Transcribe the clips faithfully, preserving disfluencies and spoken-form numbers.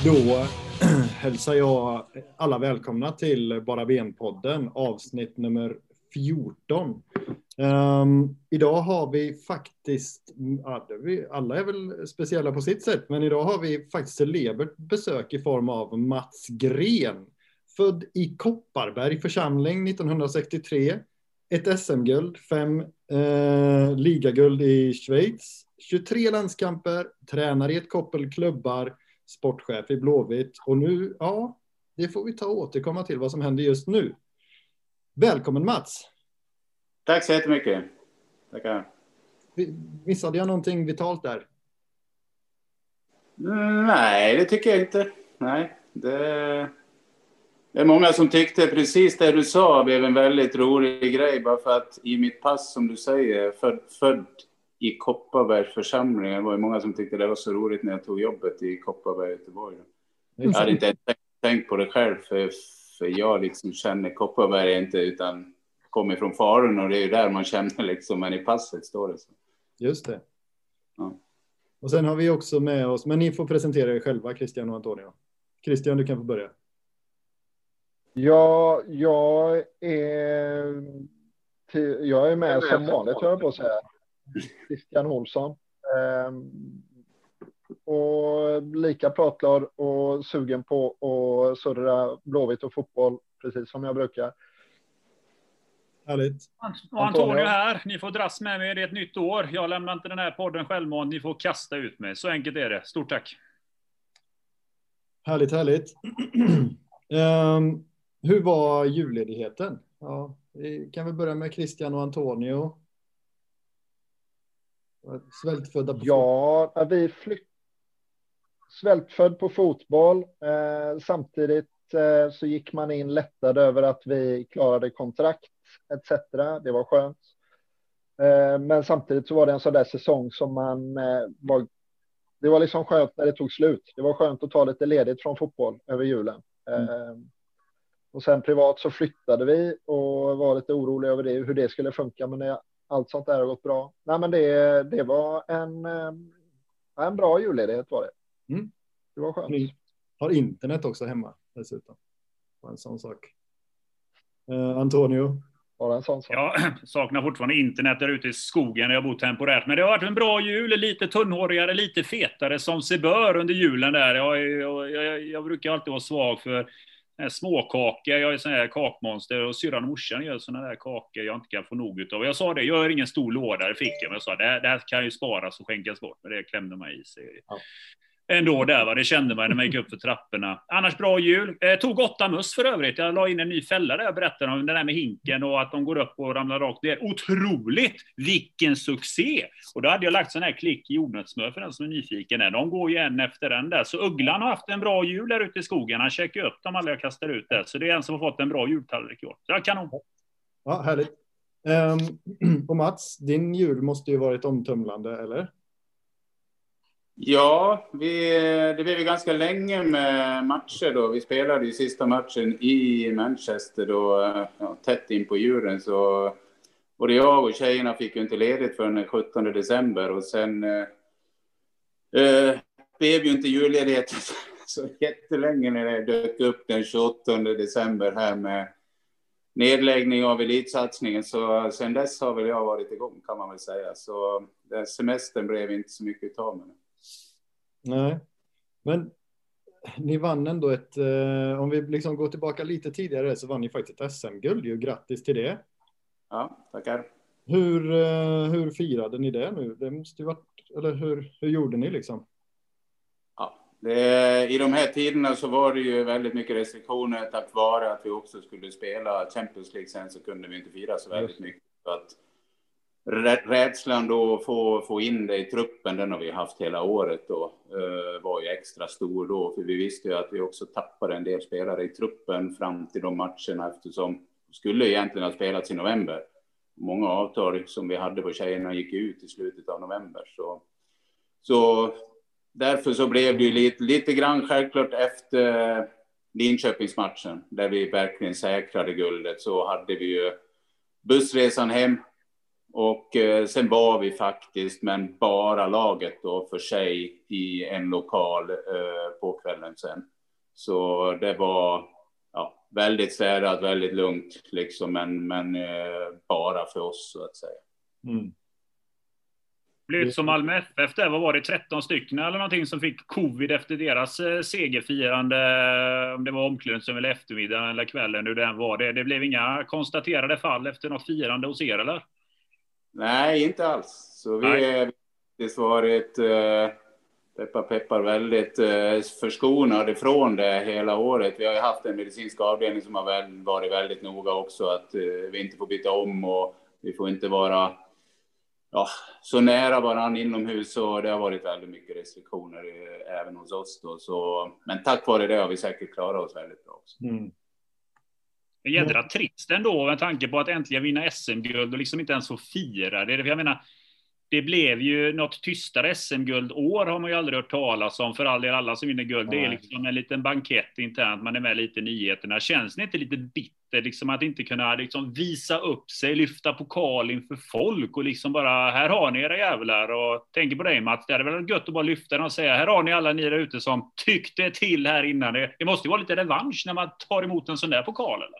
Då hälsar jag alla välkomna till Bara Ben-podden, avsnitt nummer fjorton. Um, idag har vi faktiskt, alla är väl speciella på sitt sätt, men idag har vi faktiskt celebert besök i form av Mats Gren. Född i Kopparberg församling nittonhundrasextiotre, ett S M-guld, fem eh, ligaguld i Schweiz, tjugotre landskamper, tränare i ett koppel klubbar, sportchef i Blåvitt. Och nu, ja, det får vi ta och återkomma till vad som händer just nu. Välkommen Mats! Tack så jättemycket. Tackar. Missade jag någonting vitalt där? Mm, nej, det tycker jag inte. Nej, det... det är många som tyckte precis det du sa blev en väldigt rolig grej. Bara för att i mitt pass, som du säger, född, född i Kopparbergs församling. Det var ju många som tyckte det var så roligt när jag tog jobbet i Kopparberg, Göteborg. Jag hade inte ens tänkt på det själv, för, för jag liksom känner Kopparberg inte, utan kommer från Falun, och det är ju där man känner liksom, men i passet står det så. Just det. Ja. Och sen har vi också med oss, men ni får presentera er själva, Christian och Antonio. Christian, du kan få börja. Ja, jag är, till, jag är med som vanligt, hör jag på att säga. Christian Olsson. Ehm, och lika pratglad och sugen på att surra Blåvitt och fotboll, precis som jag brukar. Härligt. Och Antonio här, ni får dras med mig, det är ett nytt år. Jag lämnar inte den här podden självmant, ni får kasta ut mig. Så enkelt är det. Stort tack. Härligt, härligt. um, hur var julledigheten? Ja, vi kan väl börja med Christian och Antonio. Svältfödda på ja, fotboll. Vi flytt... Svältfödd på fotboll. Eh, samtidigt eh, så gick man in lättad över att vi klarade kontrakt et cetera. Det var skönt. Eh, men samtidigt så var det en sån där säsong som man eh, var... Det var liksom skönt när det tog slut. Det var skönt att ta lite ledigt från fotboll över julen. Mm. Eh, och sen privat så flyttade vi och var lite oroliga över det, hur det skulle funka, men det, allt sånt där har gått bra. Nej, men det, det var en, en bra julledighet var det. Mm. Det var skönt. Ni har internet också hemma dessutom. Det var en sån sak. Uh, Antonio? Var en sån sak. Jag saknar fortfarande internet där ute i skogen där jag bor temporärt. Men det har varit en bra jul, lite tunnhårigare, lite fetare som sig bör under julen där. Jag, jag, jag, jag brukar alltid vara svag för småkakor. Jag är sån här kakmonster, och syrran och morsan gör såna där kakor jag inte kan få nog utav. Jag sa det, jag är ingen stor låda, det fick jag, men jag sa det här, det här kan ju sparas och skänkas bort, men det klämde mig i sig. Ja. Ändå där, va? Det kände man när man gick upp för trapporna. Annars bra jul. Eh, tog åtta möss för övrigt. Jag la in en ny fälla där jag berättade om den där med hinken och att de går upp och ramlar rakt ner. Otroligt! Vilken succé! Och då hade jag lagt sån här klick i jordnötssmör för den som är nyfiken. De går ju en efter den där. Så Ugglan har haft en bra jul där ute i skogen. Han checkar upp dem alla jag kastar ut där. Så det är en som har fått en bra jultallrik i år. Så jag kanon. Ja, härligt. Um, och Mats, din jul måste ju varit omtumlande, eller? Ja, vi, det blev ju ganska länge med matcher då. Vi spelade ju sista matchen i Manchester då, ja, tätt in på julen. Så både jag och tjejerna fick ju inte ledigt förrän den sjuttonde december. Och sen eh, blev ju inte julledigheten så jättelänge när det dök upp den tjugoåttonde december här med nedläggning av elitsatsningen. Så sen dess har väl jag varit igång, kan man väl säga. Så den semestern blev inte så mycket av med. Nej, men ni vann ändå ett, eh, om vi liksom går tillbaka lite tidigare så vann ni faktiskt ett S M-guld, ju grattis till det. Ja, tackar. Hur, eh, hur firade ni det nu? Det måste ju varit, eller hur, hur gjorde ni liksom? Ja, det, i de här tiderna så var det ju väldigt mycket restriktioner tack vare att vi också skulle spela Champions League, sen så kunde vi inte fira så väldigt mycket. Så att rädslan då att få, få in det i truppen, den har vi haft hela året då, uh, var ju extra stor då. För vi visste ju att vi också tappade en del spelare i truppen fram till de matcherna, eftersom skulle egentligen ha spelats i november. Många avtal som vi hade på tjejerna gick ut i slutet av november. Så, så därför så blev det ju lite, lite grann självklart efter Linköpingsmatchen, där vi verkligen säkrade guldet, så hade vi ju bussresan hem. Och eh, sen var vi faktiskt, men bara laget då för sig i en lokal eh, på kvällen sen. Så det var ja, väldigt städat, väldigt lugnt liksom, men, men eh, bara för oss så att säga. Mm. Blivit som Malmö F F där, vad var det, tretton stycken eller någonting som fick covid efter deras eh, segerfirande, om det var omklädningsrum eller eftermiddagen eller kvällen, hur den var det. Det blev inga konstaterade fall efter något firande hos er, eller? Nej, inte alls. Så vi har faktiskt varit eh, peppar peppar väldigt eh, förskonade från det hela året. Vi har ju haft en medicinsk avdelning som har väl, varit väldigt noga också, att eh, vi inte får byta om och vi får inte vara ja, så nära varann inomhus, och det har varit väldigt mycket restriktioner eh, även hos oss då. Så, men tack vare det har vi säkert klarat oss väldigt bra också. Mm. Jädra trist ändå med tanke på att äntligen vinna S M-guld och liksom inte ens få fira det. Jag menar, det blev ju något tystare S M-guld år har man ju aldrig hört talas om. För all del, alla som vinner guld, det är liksom en liten bankett internt, man är med lite i nyheterna. Känns det inte lite bitter liksom att inte kunna liksom visa upp sig, lyfta pokal inför folk och liksom bara, här har ni era jävlar, och tänker på dig Mats, det är väl gött att bara lyfta den och säga, här har ni alla ni där ute som tyckte till här innan. Det, det måste ju vara lite revansch när man tar emot en sån där pokal, eller?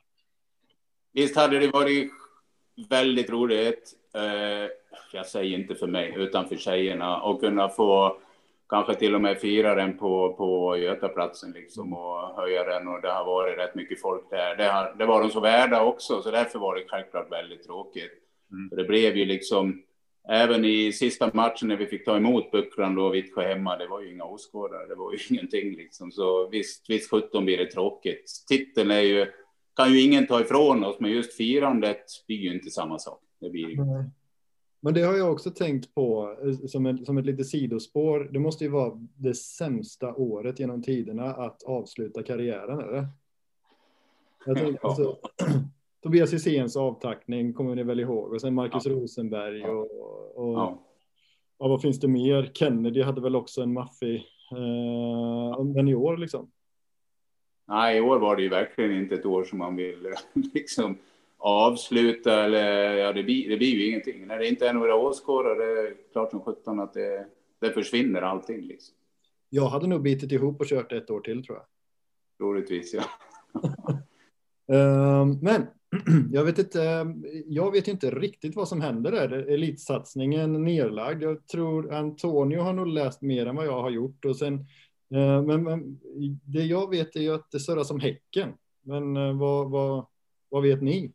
Visst hade det varit väldigt roligt, eh, jag säger inte för mig, utan för tjejerna, och kunna få kanske till och med fira den på, på Götaplatsen liksom, och höja den, och det har varit rätt mycket folk där. Det, har, det var de så värda också, så därför var det självklart väldigt tråkigt. Mm. För det blev ju liksom, även i sista matchen när vi fick ta emot Buckland och Vittsjö hemma, det var ju inga åskådare, det var ju ingenting liksom. Så visst, visst sjutton blir det tråkigt. Titeln är ju, kan ju ingen ta ifrån oss, men just firandet blir ju inte samma sak. Det blir ju... Mm. Men det har jag också tänkt på som, en, som ett litet sidospår. Det måste ju vara det sämsta året genom tiderna att avsluta karriären, eller? Jag tänkte, alltså, Tobias Hyséns avtackning kommer ni väl ihåg. Och sen Marcus ja. Rosenberg och, och ja. Ja, vad finns det mer? Kennedy hade väl också en maffig eh, men i år liksom. Nej, i år var det ju verkligen inte ett år som man vill liksom avsluta, eller ja, det blir, det blir ju ingenting. När det inte är några åskådare, det är klart som sjutton att det, det försvinner allting liksom. Jag hade nog bitit ihop och kört ett år till, tror jag. Troligtvis, ja. um, men jag vet inte, jag vet inte riktigt vad som händer där. Elitsatsningen nedlagd. Jag tror Antonio har nog läst mer än vad jag har gjort, och sen uh, men, men det jag vet är ju att det surrar som Häcken. Men uh, vad, vad, vad vet ni?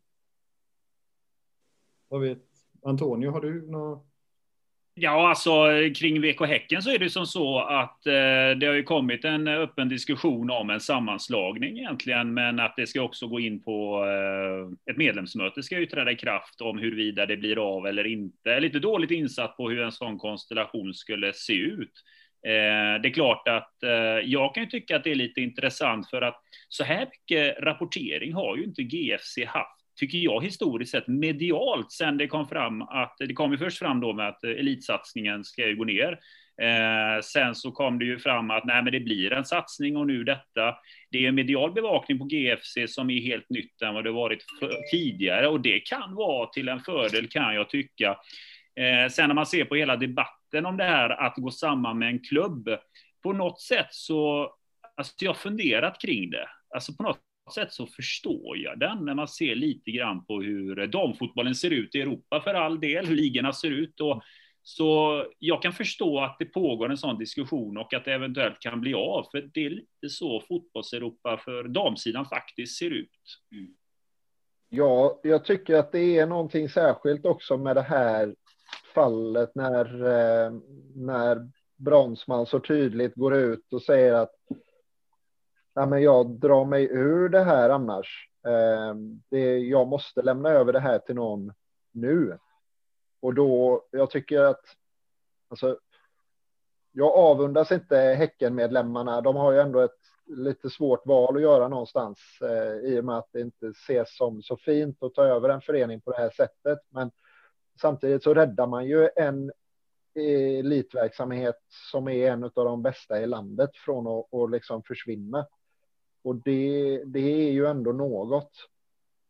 Vad vet Antonio, har du något? Ja, alltså kring V K Häcken så är det som så att eh, det har ju kommit en öppen diskussion om en sammanslagning egentligen, men att det ska också gå in på eh, ett medlemsmöte ska ju träda i kraft om huruvida det blir av eller inte. Lite dåligt insatt på hur en sån konstellation skulle se ut. Eh, det är klart att eh, jag kan ju tycka att det är lite intressant, för att så här mycket rapportering har ju inte G F C haft, tycker jag, historiskt sett medialt, sen det kom fram att det kom ju först fram då med att elitsatsningen ska ju gå ner. Eh, sen så kom det ju fram att nej, men det blir en satsning, och nu detta. Det är en medial bevakning på G F C som är helt nytt än vad det varit för, tidigare, och det kan vara till en fördel, kan jag tycka. Eh, sen när man ser på hela debatten om det här att gå samman med en klubb, på något sätt så, alltså jag har funderat kring det. Alltså på något sätt så förstår jag den när man ser lite grann på hur damfotbollen ser ut i Europa, för all del, hur ligorna ser ut. Och så jag kan förstå att det pågår en sån diskussion och att det eventuellt kan bli av, för det är lite så fotbolls-Europa för damsidan faktiskt ser ut. Mm. Ja, jag tycker att det är någonting särskilt också med det här fallet när, när Bronsman så tydligt går ut och säger att ja, men jag drar mig ur det här annars. Eh, det, jag måste lämna över det här till någon nu. Och då, jag tycker att alltså, jag avundas inte Häckenmedlemmarna. De har ju ändå ett lite svårt val att göra någonstans eh, i och med att det inte ses som så fint att ta över en förening på det här sättet. Men samtidigt så räddar man ju en elitverksamhet som är en av de bästa i landet från att, att liksom försvinna. Och det, det är ju ändå något.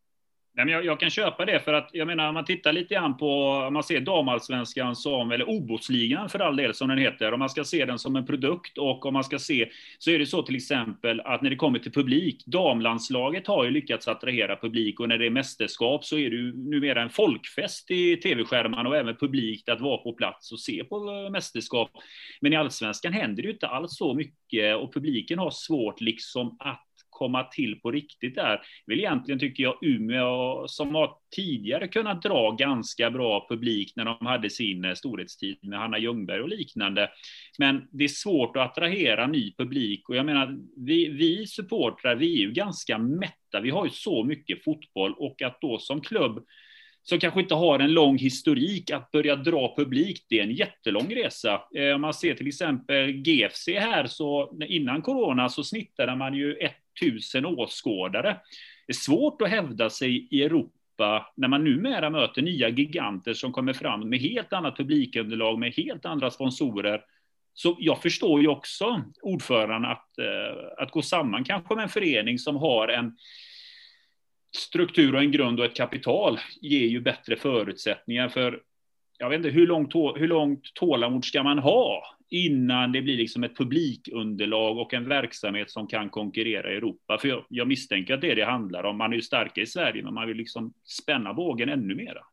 Nej, men jag, jag kan köpa det, för att jag menar, om man tittar lite grann på, om man ser damallsvenskan som, eller obåtsligan för all del som den heter, om man ska se den som en produkt, och om man ska se, så är det så till exempel att när det kommer till publik, damlandslaget har ju lyckats attrahera publik, och när det är mästerskap så är det ju numera en folkfest i tv-skärmarna och även publikt att vara på plats och se på mästerskap. Men i allsvenskan händer det ju inte alls så mycket, och publiken har svårt liksom att komma till på riktigt där. Vill egentligen, tycker jag, Umeå, som har tidigare kunnat dra ganska bra publik när de hade sin storhetstid med Hanna Ljungberg och liknande. Men det är svårt att attrahera ny publik, och jag menar, vi, vi supportrar, vi är ju ganska mätta. Vi har ju så mycket fotboll, och att då som klubb som kanske inte har en lång historik att börja dra publik, det är en jättelång resa. Eh, om man ser till exempel G F C här, så innan corona så snittade man ju tusen åskådare. Det är svårt att hävda sig i Europa när man numera möter nya giganter som kommer fram med helt annat publikunderlag, med helt andra sponsorer. Så jag förstår ju också ordföranden att, eh, att gå samman kanske med en förening som har en struktur och en grund och ett kapital ger ju bättre förutsättningar. För jag vet inte, hur långt, hur långt tålamod ska man ha innan det blir liksom ett publikunderlag och en verksamhet som kan konkurrera i Europa? För jag, jag misstänker att det är det handlar om. Man är ju starka i Sverige, men man vill liksom spänna bågen ännu mera.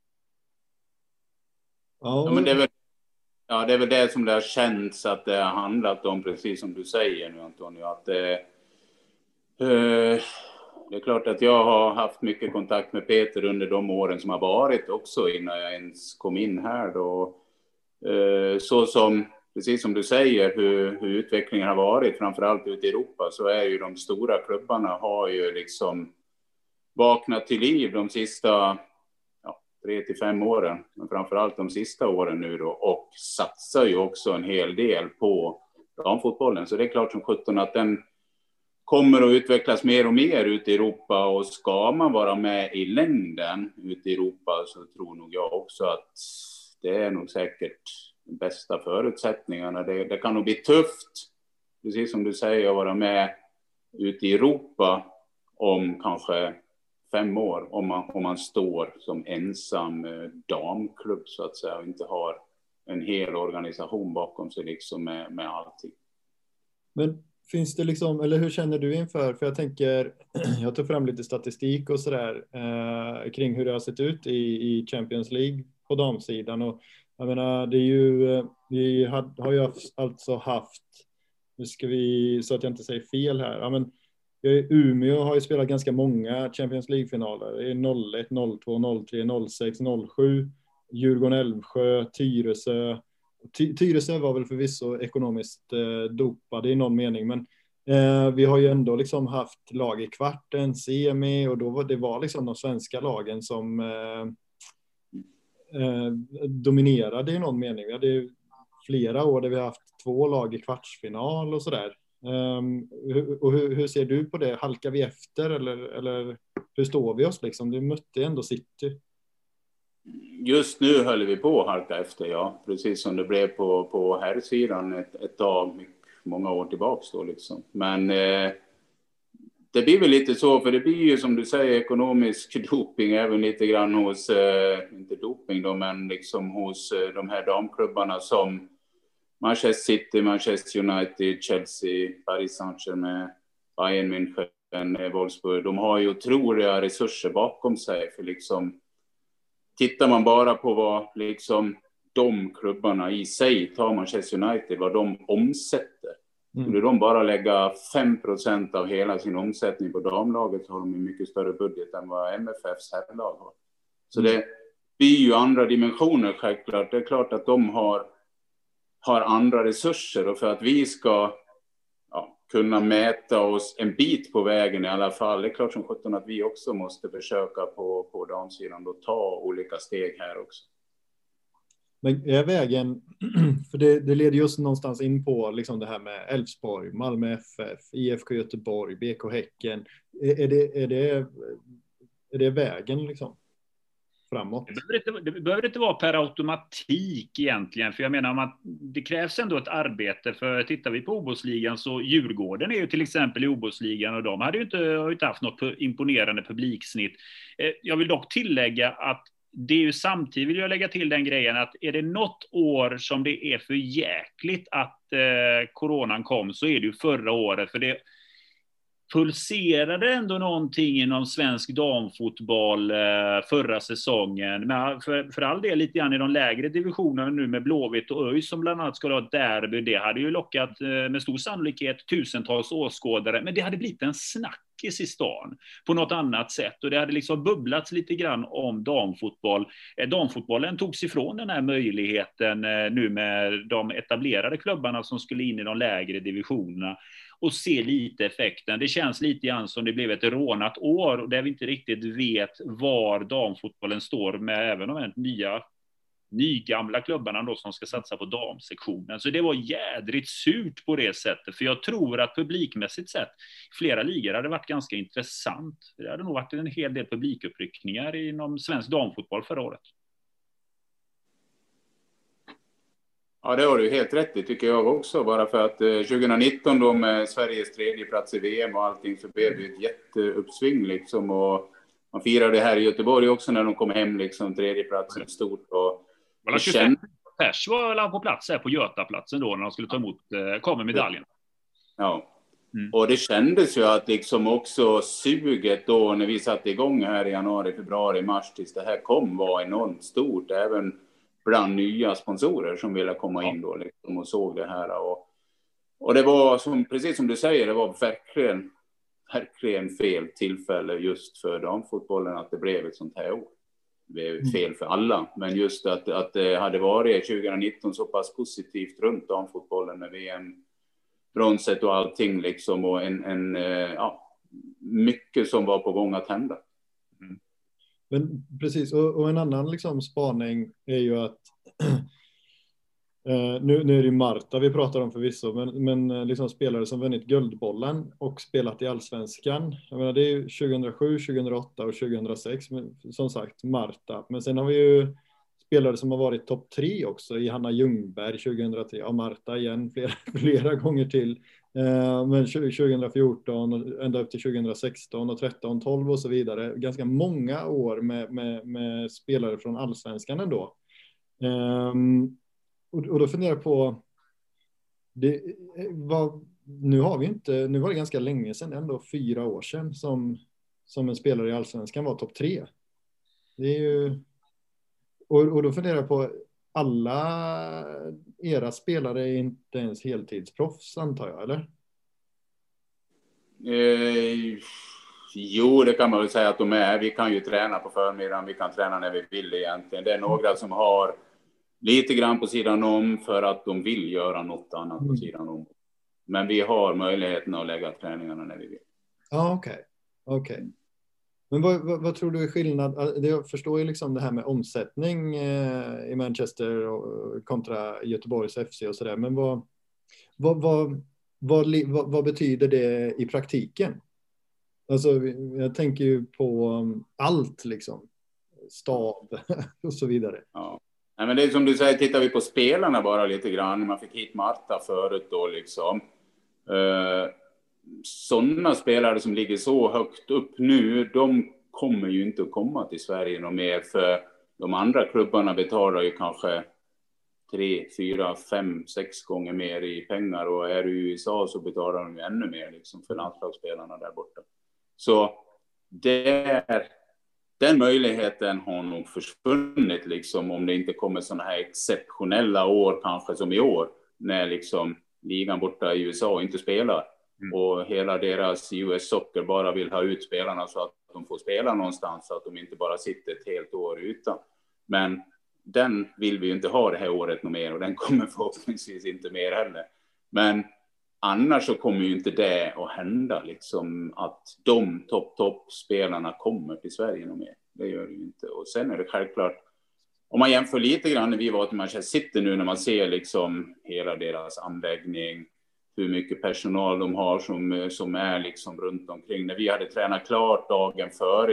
Ja, men det är väl, ja, det är väl det som det har känts att det har handlat om, precis som du säger nu, Antonio, att det, eh, det är klart att jag har haft mycket kontakt med Peter under de åren som har varit också, innan jag ens kom in här då. Eh, så som, precis som du säger, hur, hur utvecklingen har varit, framförallt ute i Europa, så är ju de stora klubbarna har ju liksom vaknat till liv de sista ja, tre till fem åren, men framförallt de sista åren nu då, och satsar ju också en hel del på damfotbollen. Så det är klart som sjutton att den kommer att utvecklas mer och mer ute i Europa, och ska man vara med i längden ute i Europa så tror nog jag också att det är nog säkert de bästa förutsättningarna. Det, det kan nog bli tufft, precis som du säger, att vara med ute i Europa om kanske fem år, om man, om man står som ensam damklubb så att säga, och inte har en hel organisation bakom sig liksom med, med allting. Men finns det liksom, eller hur känner du inför, för jag tänker, jag tar fram lite statistik och sådär eh, kring hur det har sett ut i, i Champions League på damsidan, och jag menar, det är ju, vi had, har ju alltså haft, nu ska vi, så att jag inte säger fel här, ja men Umeå har ju spelat ganska många Champions League-finaler, det är noll ett, noll två, noll tre, noll sex, noll sju, Djurgården, Älvsjö, Tyresö. Ty- Tyresö var väl förvisso ekonomiskt eh, dopade i någon mening, men eh, vi har ju ändå liksom haft lag i kvarten, semi, och då var det var liksom de svenska lagen som eh, eh, dominerade i någon mening. Vi hade flera år där vi har haft två lag i kvartsfinal och sådär. Um, och hur, hur ser du på det? Halkar vi efter, eller, eller hur står vi oss liksom? Du mötte ändå City. Just nu höll vi på att halka efter, ja. Precis som det blev på, på här sidan ett, ett tag, många år tillbaka då liksom. Men eh, det blir väl lite så, för det blir ju som du säger ekonomisk doping även lite grann hos, eh, inte doping då, men liksom hos eh, de här damklubbarna som Manchester City, Manchester United, Chelsea, Paris Saint-Germain, Bayern München, Wolfsburg. De har ju otroliga resurser bakom sig, för liksom tittar man bara på vad liksom de klubbarna i sig, tar Manchester United, vad de omsätter. Mm. Skulle de bara lägga fem procent av hela sin omsättning på damlaget, så har de en mycket större budget än vad M F F:s herrlag har. Så mm. det blir ju andra dimensioner självklart. Det är klart att de har, har andra resurser, och för att vi ska ja, kunna mäta oss en bit på vägen i alla fall. Det är klart som sjutton att vi också måste försöka på, på damsidan och ta olika steg här också. Men är vägen, för det, det leder just någonstans in på liksom det här med Elfsborg, Malmö F F, I F K Göteborg, B K Häcken. Är, är, det, är, det, är det vägen liksom? framåt. Det behöver, inte, det behöver inte vara per automatik egentligen, för jag menar att det krävs ändå ett arbete, för tittar vi på O-bossligan så Djurgården är ju till exempel i O-bossligan och de hade ju inte, har ju inte haft något imponerande publiksnitt. Jag vill dock tillägga att det är ju samtidigt, vill jag lägga till den grejen, att är det något år som det är för jäkligt att eh, coronan kom, så är det ju förra året, för det pulserade ändå någonting inom svensk damfotboll eh, förra säsongen. Men för, för all del lite grann i de lägre divisionerna nu med Blåvitt och ÖIS som bland annat skulle ha ett derby. Det hade ju lockat eh, med stor sannolikhet tusentals åskådare. Men det hade blivit en snackis i stan på något annat sätt. Och det hade liksom bubblats lite grann om damfotboll. Eh, damfotbollen togs ifrån den här möjligheten eh, nu med de etablerade klubbarna som skulle in i de lägre divisionerna. Och se lite effekten. Det känns lite grann som det blev ett rånat år och där vi inte riktigt vet var damfotbollen står med även de här nya nygamla klubbarna då som ska satsa på damsektionen. Så det var jädrigt surt på det sättet, för jag tror att publikmässigt sett flera ligor hade varit ganska intressant. Det hade nog varit en hel del publikuppryckningar inom svensk damfotboll förra året. Ja, det har du helt rätt i, tycker jag också. Bara för att eh, tjugonitton då med Sveriges tredje plats i V M och allting, så blev det ett jätteuppsving liksom. Och man firade här i Göteborg också när de kom hem liksom, tredje platsen stort. Och det känd... Pers var på plats här på Götaplatsen då när de skulle ta emot, eh, kommer medaljen. Ja, mm. Och det kändes ju att liksom också suget då när vi satte igång här i januari, februari, mars tills det här kom var enormt stort. Även bland nya sponsorer som ville komma in då liksom, och såg det här. Och, och det var, som, precis som du säger, det var verkligen, verkligen fel tillfälle just för damfotbollen att det blev ett sånt här år. Det blev fel för alla, men just att, att det hade varit tjugonitton så pass positivt runt damfotbollen med V M-bronset och allting liksom, och en, en, ja, mycket som var på gång att hända. Mm. Men precis, och, och en annan liksom spaning är ju att eh, nu, nu är det Marta vi pratar om förvisso, men, men liksom spelare som vunnit Guldbollen och spelat i Allsvenskan. Jag menar, det är ju tjugohundrasju, tjugohundraåtta och tjugohundrasex, men, som sagt Marta. Men sen har vi ju spelare som har varit topp tre också, i Hanna Ljungberg tjugohundratre, och Marta igen flera, flera gånger till. Men tjugohundrafjorton ända upp till tjugohundrasexton och tretton, tolv och så vidare. Ganska många år med, med, med spelare från Allsvenskan ändå. Um, och, och då funderar jag på det, vad, nu har vi inte, nu var det ganska länge sedan, ändå fyra år sedan som, som en spelare i Allsvenskan var topp tre. Det är ju, och, och då funderar jag på, alla era spelare är inte ens heltidsproffs, antar jag, eller? Eh, jo, det kan man väl säga att de är. Vi kan ju träna på förmiddagen, vi kan träna när vi vill egentligen. Det är några som har lite grann på sidan om för att de vill göra något annat mm. på sidan om. Men vi har möjligheten att lägga träningarna när vi vill. Ja, okej. Okay. Okej. Okay. Men vad, vad, vad tror du är skillnad? Jag förstår ju liksom det här med omsättning eh, i Manchester och, kontra Göteborgs F C och sådär. Men vad, vad, vad, vad, vad, vad betyder det i praktiken? Alltså, jag tänker ju på um, allt liksom. Stab och så vidare. Ja. Nej, men det är som du säger, tittar vi på spelarna bara lite grann. Man fick hit Marta förut då liksom. Uh, Sådana spelare som ligger så högt upp nu, de kommer ju inte att komma till Sverige någon mer, för de andra klubbarna betalar ju kanske tre, fyra, fem, sex gånger mer i pengar, och är du i U S A så betalar de ju ännu mer liksom för landslagsspelarna där borta. Så där, den möjligheten har nog försvunnit liksom, om det inte kommer sådana här exceptionella år kanske som i år, när liksom ligan borta i U S A inte spelar. Mm. Och hela deras U S Soccer bara vill ha ut spelarna så att de får spela någonstans, så att de inte bara sitter ett helt år utan. Men den vill vi ju inte ha det här året något mer, och den kommer förhoppningsvis inte mer heller. Men annars så kommer ju inte det att hända liksom, att de topp topp spelarna kommer till Sverige något mer. Det gör det ju inte. Och sen är det självklart, om man jämför lite grann när vi var till Manchester City nu, när man ser liksom hela deras anläggning, hur mycket personal de har som, som är liksom runt omkring. När vi hade tränat klart dagen före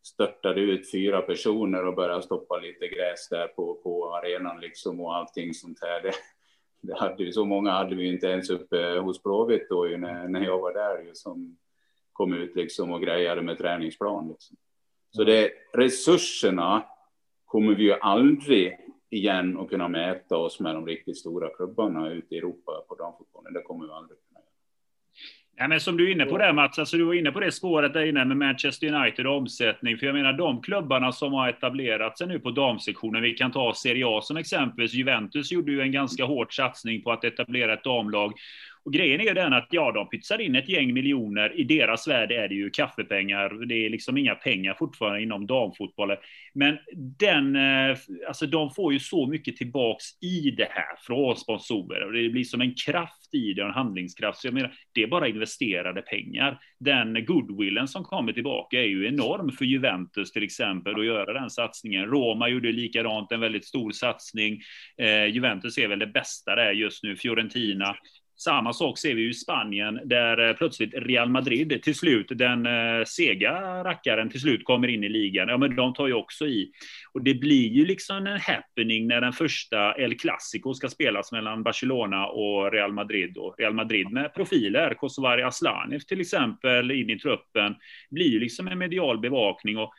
störtade ut fyra personer och började stoppa lite gräs där på, på arenan liksom och allting sånt här. Det, det hade vi, så många hade vi inte ens uppe hos Blåvitt då ju när, när jag var där ju, som kom ut liksom och grejade med träningsplan liksom. Så det, resurserna kommer vi ju aldrig igen att kunna mäta oss med de riktigt stora klubbarna ute i Europa på damfotbollen. Det kommer vi aldrig kunna göra. Ja, men som du är inne på där, Mats, alltså du var inne på det spåret där inne med Manchester United och omsättning. För jag menar, de klubbarna som har etablerat sig nu på damsektionen, vi kan ta Serie A som exempelvis. Juventus gjorde ju en ganska hård satsning på att etablera ett damlag. Och grejen är ju den att ja, de pytsar in ett gäng miljoner. I deras värld är det ju kaffepengar. Det är liksom inga pengar fortfarande inom damfotbollen. Men den, alltså de får ju så mycket tillbaks i det här från sponsorer. Och det blir som en kraft i det, en handlingskraft. Så jag menar, det är bara investerade pengar. Den goodwillen som kommer tillbaka är ju enorm för Juventus till exempel att göra den satsningen. Roma gjorde likadant, en väldigt stor satsning. Eh, Juventus är väl det bästa där just nu. Fiorentina. Samma sak ser vi i Spanien där plötsligt Real Madrid till slut, den eh, sega rackaren till slut kommer in i ligan. Ja, men de tar ju också i. Och det blir ju liksom en happening när den första El Clasico ska spelas mellan Barcelona och Real Madrid. Och Real Madrid med profiler, Kosovare Asllani till exempel in i truppen, blir ju liksom en medial bevakning. Och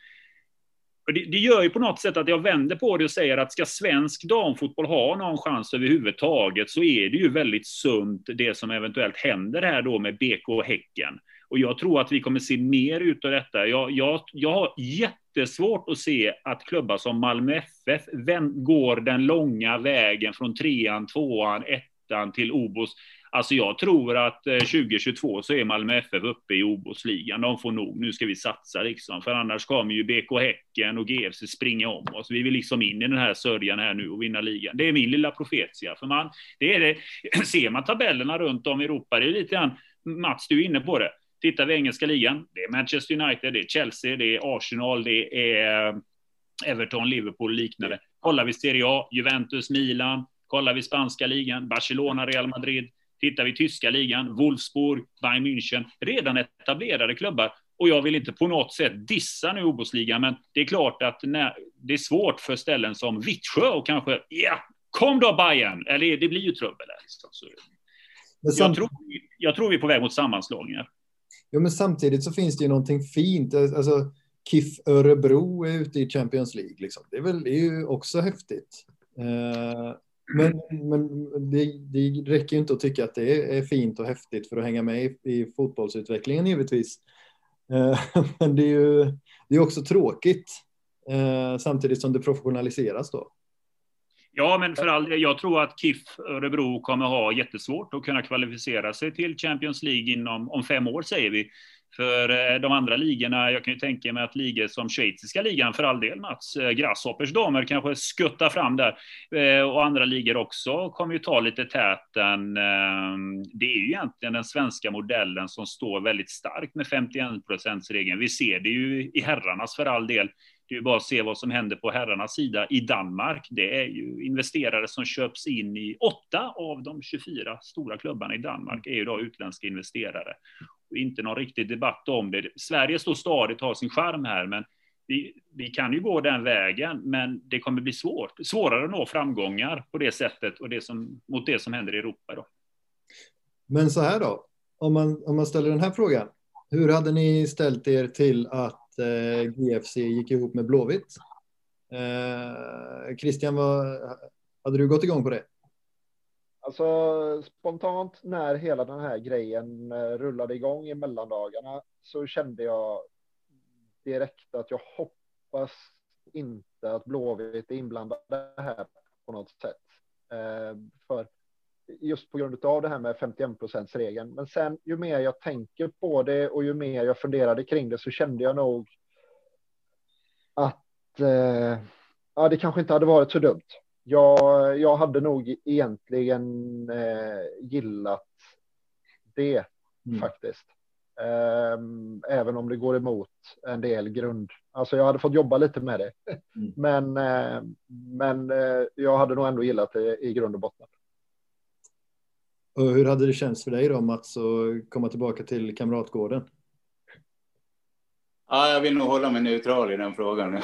Och det, det gör ju på något sätt att jag vänder på det och säger att ska svensk damfotboll ha någon chans överhuvudtaget så är det ju väldigt sunt det som eventuellt händer här då med B K Häcken. Och jag tror att vi kommer se mer ut av detta. Jag, jag, jag har jättesvårt att se att klubbar som Malmö F F vänd, går den långa vägen från trean, tvåan, ettan till O B O S. Alltså jag tror att tjugo tjugotvå så är Malmö F F uppe i O B O S-ligan. De får nog, nu ska vi satsa liksom. För annars kommer ju B K Häcken och G F C springa om oss. Vi vill liksom in i den här sörjan här nu och vinna ligan. Det är min lilla profetia. För man, det är det, ser man tabellerna runt om i Europa, det är lite grann, Mats, du är inne på det. Tittar vi engelska ligan, det är Manchester United, det är Chelsea, det är Arsenal, det är Everton, Liverpool och liknande. Kollar vi Serie A, Juventus, Milan. Kollar vi spanska ligan, Barcelona, Real Madrid. Tittar vi tyska ligan, Wolfsburg, Bayern München, redan etablerade klubbar. Och jag vill inte på något sätt dissa nu O B O S-ligan, men det är klart att när, det är svårt för ställen som Vittsjö och kanske, ja, kom då Bayern, eller det blir ju trubbel där. Så jag, tror, jag tror vi är på väg mot sammanslagningar. Ja, men samtidigt så finns det ju någonting fint. Alltså, K I F Örebro är ute i Champions League. Liksom. Det är väl det är ju också häftigt. Uh... Men, men det, det räcker ju inte att tycka att det är fint och häftigt för att hänga med i, i fotbollsutvecklingen givetvis. Eh, men det är ju det är också tråkigt eh, samtidigt som det professionaliseras då. Ja, men för all det, jag tror att K I F Örebro kommer ha jättesvårt att kunna kvalificera sig till Champions League inom om fem år säger vi. För de andra ligorna, jag kan ju tänka mig att ligor som schweiziska ligan för all del, Mats, Grasshoppers damer kanske skuttar fram där. Och andra ligor också kommer ju ta lite täten. Det är ju egentligen den svenska modellen som står väldigt starkt med femtioen procent-regeln. Vi ser det ju i herrarnas för all del. Det är ju bara att se vad som händer på herrarnas sida i Danmark. Det är ju investerare som köps in i åtta av de tjugofyra stora klubbarna i Danmark är ju då utländska investerare. Och inte någon riktig debatt om det. Sverige står stadigt, har sin charm här, men vi, vi kan ju gå den vägen, men det kommer bli svårt. Svårare att nå framgångar på det sättet och det som, mot det som händer i Europa då. Men så här då, om man, om man ställer den här frågan. Hur hade ni ställt er till att eh, G F C gick ihop med Blåvitt? Eh, Christian, vad, hade du gått igång på det? Alltså spontant när hela den här grejen rullade igång i mellandagarna så kände jag direkt att jag hoppas inte att Blåvitt är inblandade här på något sätt. Eh, för just på grund av det här med femtioen procent-regeln. Men sen ju mer jag tänker på det och ju mer jag funderade kring det så kände jag nog att eh, ja, det kanske inte hade varit så dumt. Jag, jag hade nog egentligen eh, gillat det mm. faktiskt. Eh, även om det går emot en del grund. Alltså jag hade fått jobba lite med det. Mm. Men, eh, men eh, jag hade nog ändå gillat det i grund och botten. Och hur hade det känts för dig då, Mats, att komma tillbaka till Kamratgården? Ja, jag vill nog hålla mig neutral i den frågan.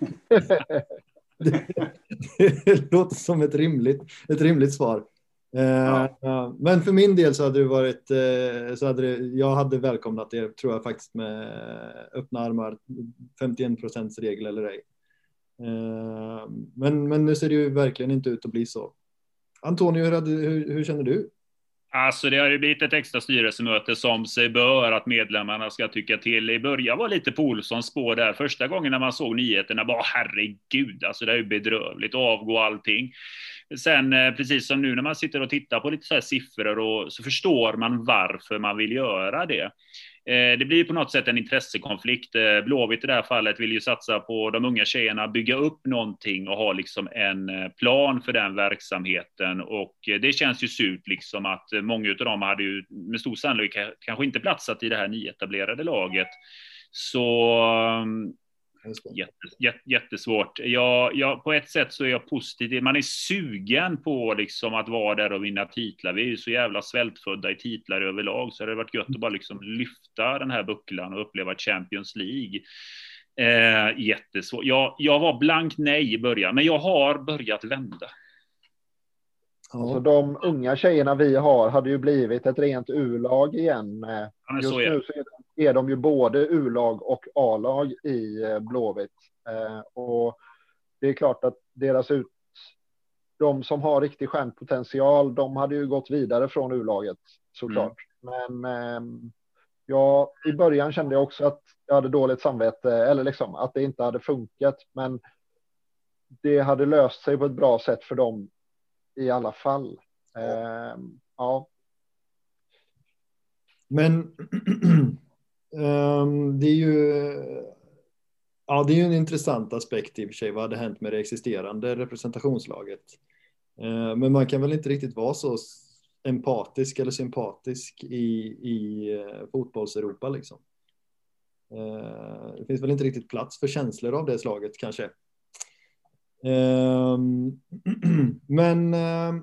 det, det låter som ett rimligt, ett rimligt svar. Ja. Uh, men för min del så hade det varit, uh, så hade det, jag hade välkomnat det, tror jag faktiskt, med öppna armar, femtioen procents regel eller ej. Uh, men, men nu ser det ju verkligen inte ut att bli så. Antonio, hur, hade, hur, hur känner du? Alltså det har ju blivit ett extra styrelsemöte som sig bör att medlemmarna ska tycka till. I början var lite på Olssons spår där. Första gången när man såg nyheterna bara herregud, alltså det är ju bedrövligt, avgå allting. Sen precis som nu när man sitter och tittar på lite så här siffror och så förstår man varför man vill göra det. Det blir på något sätt en intressekonflikt. Blåvitt i det här fallet vill ju satsa på de unga tjejerna, bygga upp någonting och ha liksom en plan för den verksamheten. Och det känns ju surt liksom att många av dem hade ju med stor sannolikhet kanske inte platsat i det här nyetablerade laget. Så Jättes, jättesvårt. Jag, jag, på ett sätt så är jag positiv. Man är sugen på liksom att vara där och vinna titlar. Vi är ju så jävla svältfödda i titlar överlag, så det har varit gött att bara liksom lyfta den här bucklan och uppleva Champions League. Eh, jättesvårt. Jag, jag var blankt nej i början, men jag har börjat vända. Alltså de unga tjejerna vi har hade ju blivit ett rent U-lag igen. Ja, Just så nu så är de ju både U-lag och A-lag i Blåvitt. Och det är klart att deras ut... de som har riktig stjärnpotential, de hade ju gått vidare från U-laget såklart. Mm. Men ja, i början kände jag också att jag hade dåligt samvete, eller liksom att det inte hade funkat. Men det hade löst sig på ett bra sätt för dem i alla fall. Eh, ja. Men um, det är ju ja, det är ju en intressant aspekt i och för sig. Vad hade hänt med det existerande representationslaget? Uh, men man kan väl inte riktigt vara så empatisk eller sympatisk i, i uh, fotbolls-Europa liksom. Uh, det finns väl inte riktigt plats för känslor av det slaget kanske. Um, men um,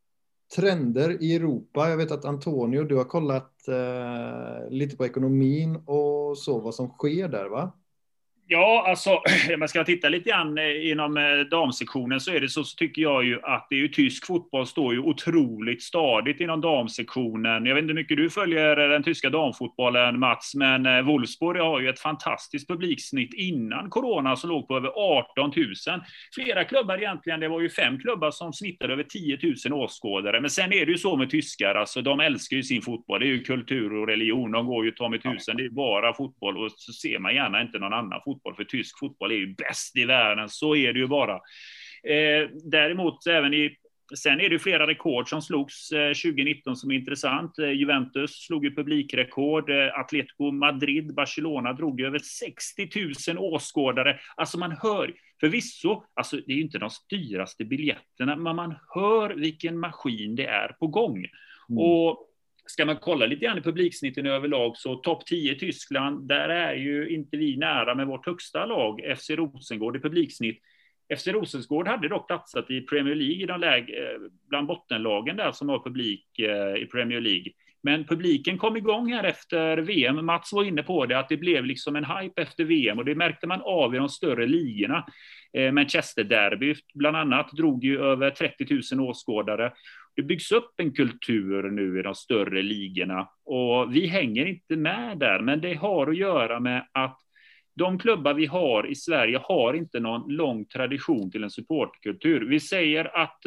trender i Europa, jag vet att Antonio, du har kollat uh, lite på ekonomin och så, vad som sker där, va? Ja, alltså, om man ska titta lite grann inom damsektionen så är det så, så tycker jag ju att det är ju tysk fotboll står ju otroligt stadigt inom damsektionen. Jag vet inte hur mycket du följer den tyska damfotbollen, Mats, men Wolfsburg har ju ett fantastiskt publiksnitt innan corona som låg på över arton tusen. Flera klubbar egentligen, det var ju fem klubbar som snittade över tio tusen åskådare. Men sen är det ju så med tyskar, alltså de älskar ju sin fotboll, det är ju kultur och religion, de går ju ta med tusen, det är bara fotboll och så ser man gärna inte någon annan fotboll. För tysk fotboll är ju bäst i världen, så är det ju bara. Eh, däremot även i, sen är det ju flera rekord som slogs eh, tjugonitton som är intressant. Eh, Juventus slog ju publikrekord, eh, Atletico Madrid, Barcelona drog över sextio tusen åskådare. Alltså man hör, förvisso, alltså det är ju inte de dyraste biljetterna, men man hör vilken maskin det är på gång. Mm. Och ska man kolla lite grann i publiksnitten överlag så topp tio i Tyskland, där är ju inte vi nära med vårt högsta lag, F C Rosengård i publiksnitt. F C Rosengård hade dock platsat i Premier League i de läge, bland bottenlagen där som har publik i Premier League. Men publiken kom igång här efter V M. Mats var inne på det, att det blev liksom en hype efter V M och det märkte man av i de större ligorna. Manchester Derby bland annat drog ju över trettio tusen åskådare. Det byggs upp en kultur nu i de större ligorna och vi hänger inte med där, men det har att göra med att de klubbar vi har i Sverige har inte någon lång tradition till en supportkultur. Vi säger att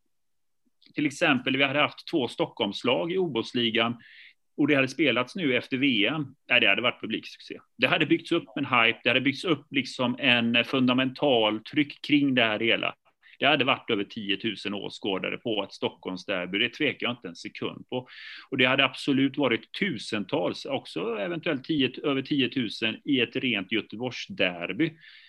till exempel vi hade haft två Stockholmslag i O-bossligan och det hade spelats nu efter V M. Nej, det hade varit publiksuccé. Det hade byggts upp en hype, det hade byggts upp liksom en fundamental tryck kring det här hela. Det hade varit över tio tusen åskådare på ett Stockholmsderby. Det tvekar jag inte en sekund på. Och det hade absolut varit tusentals, också eventuellt tio, över tio tusen i ett rent Göteborgsderby.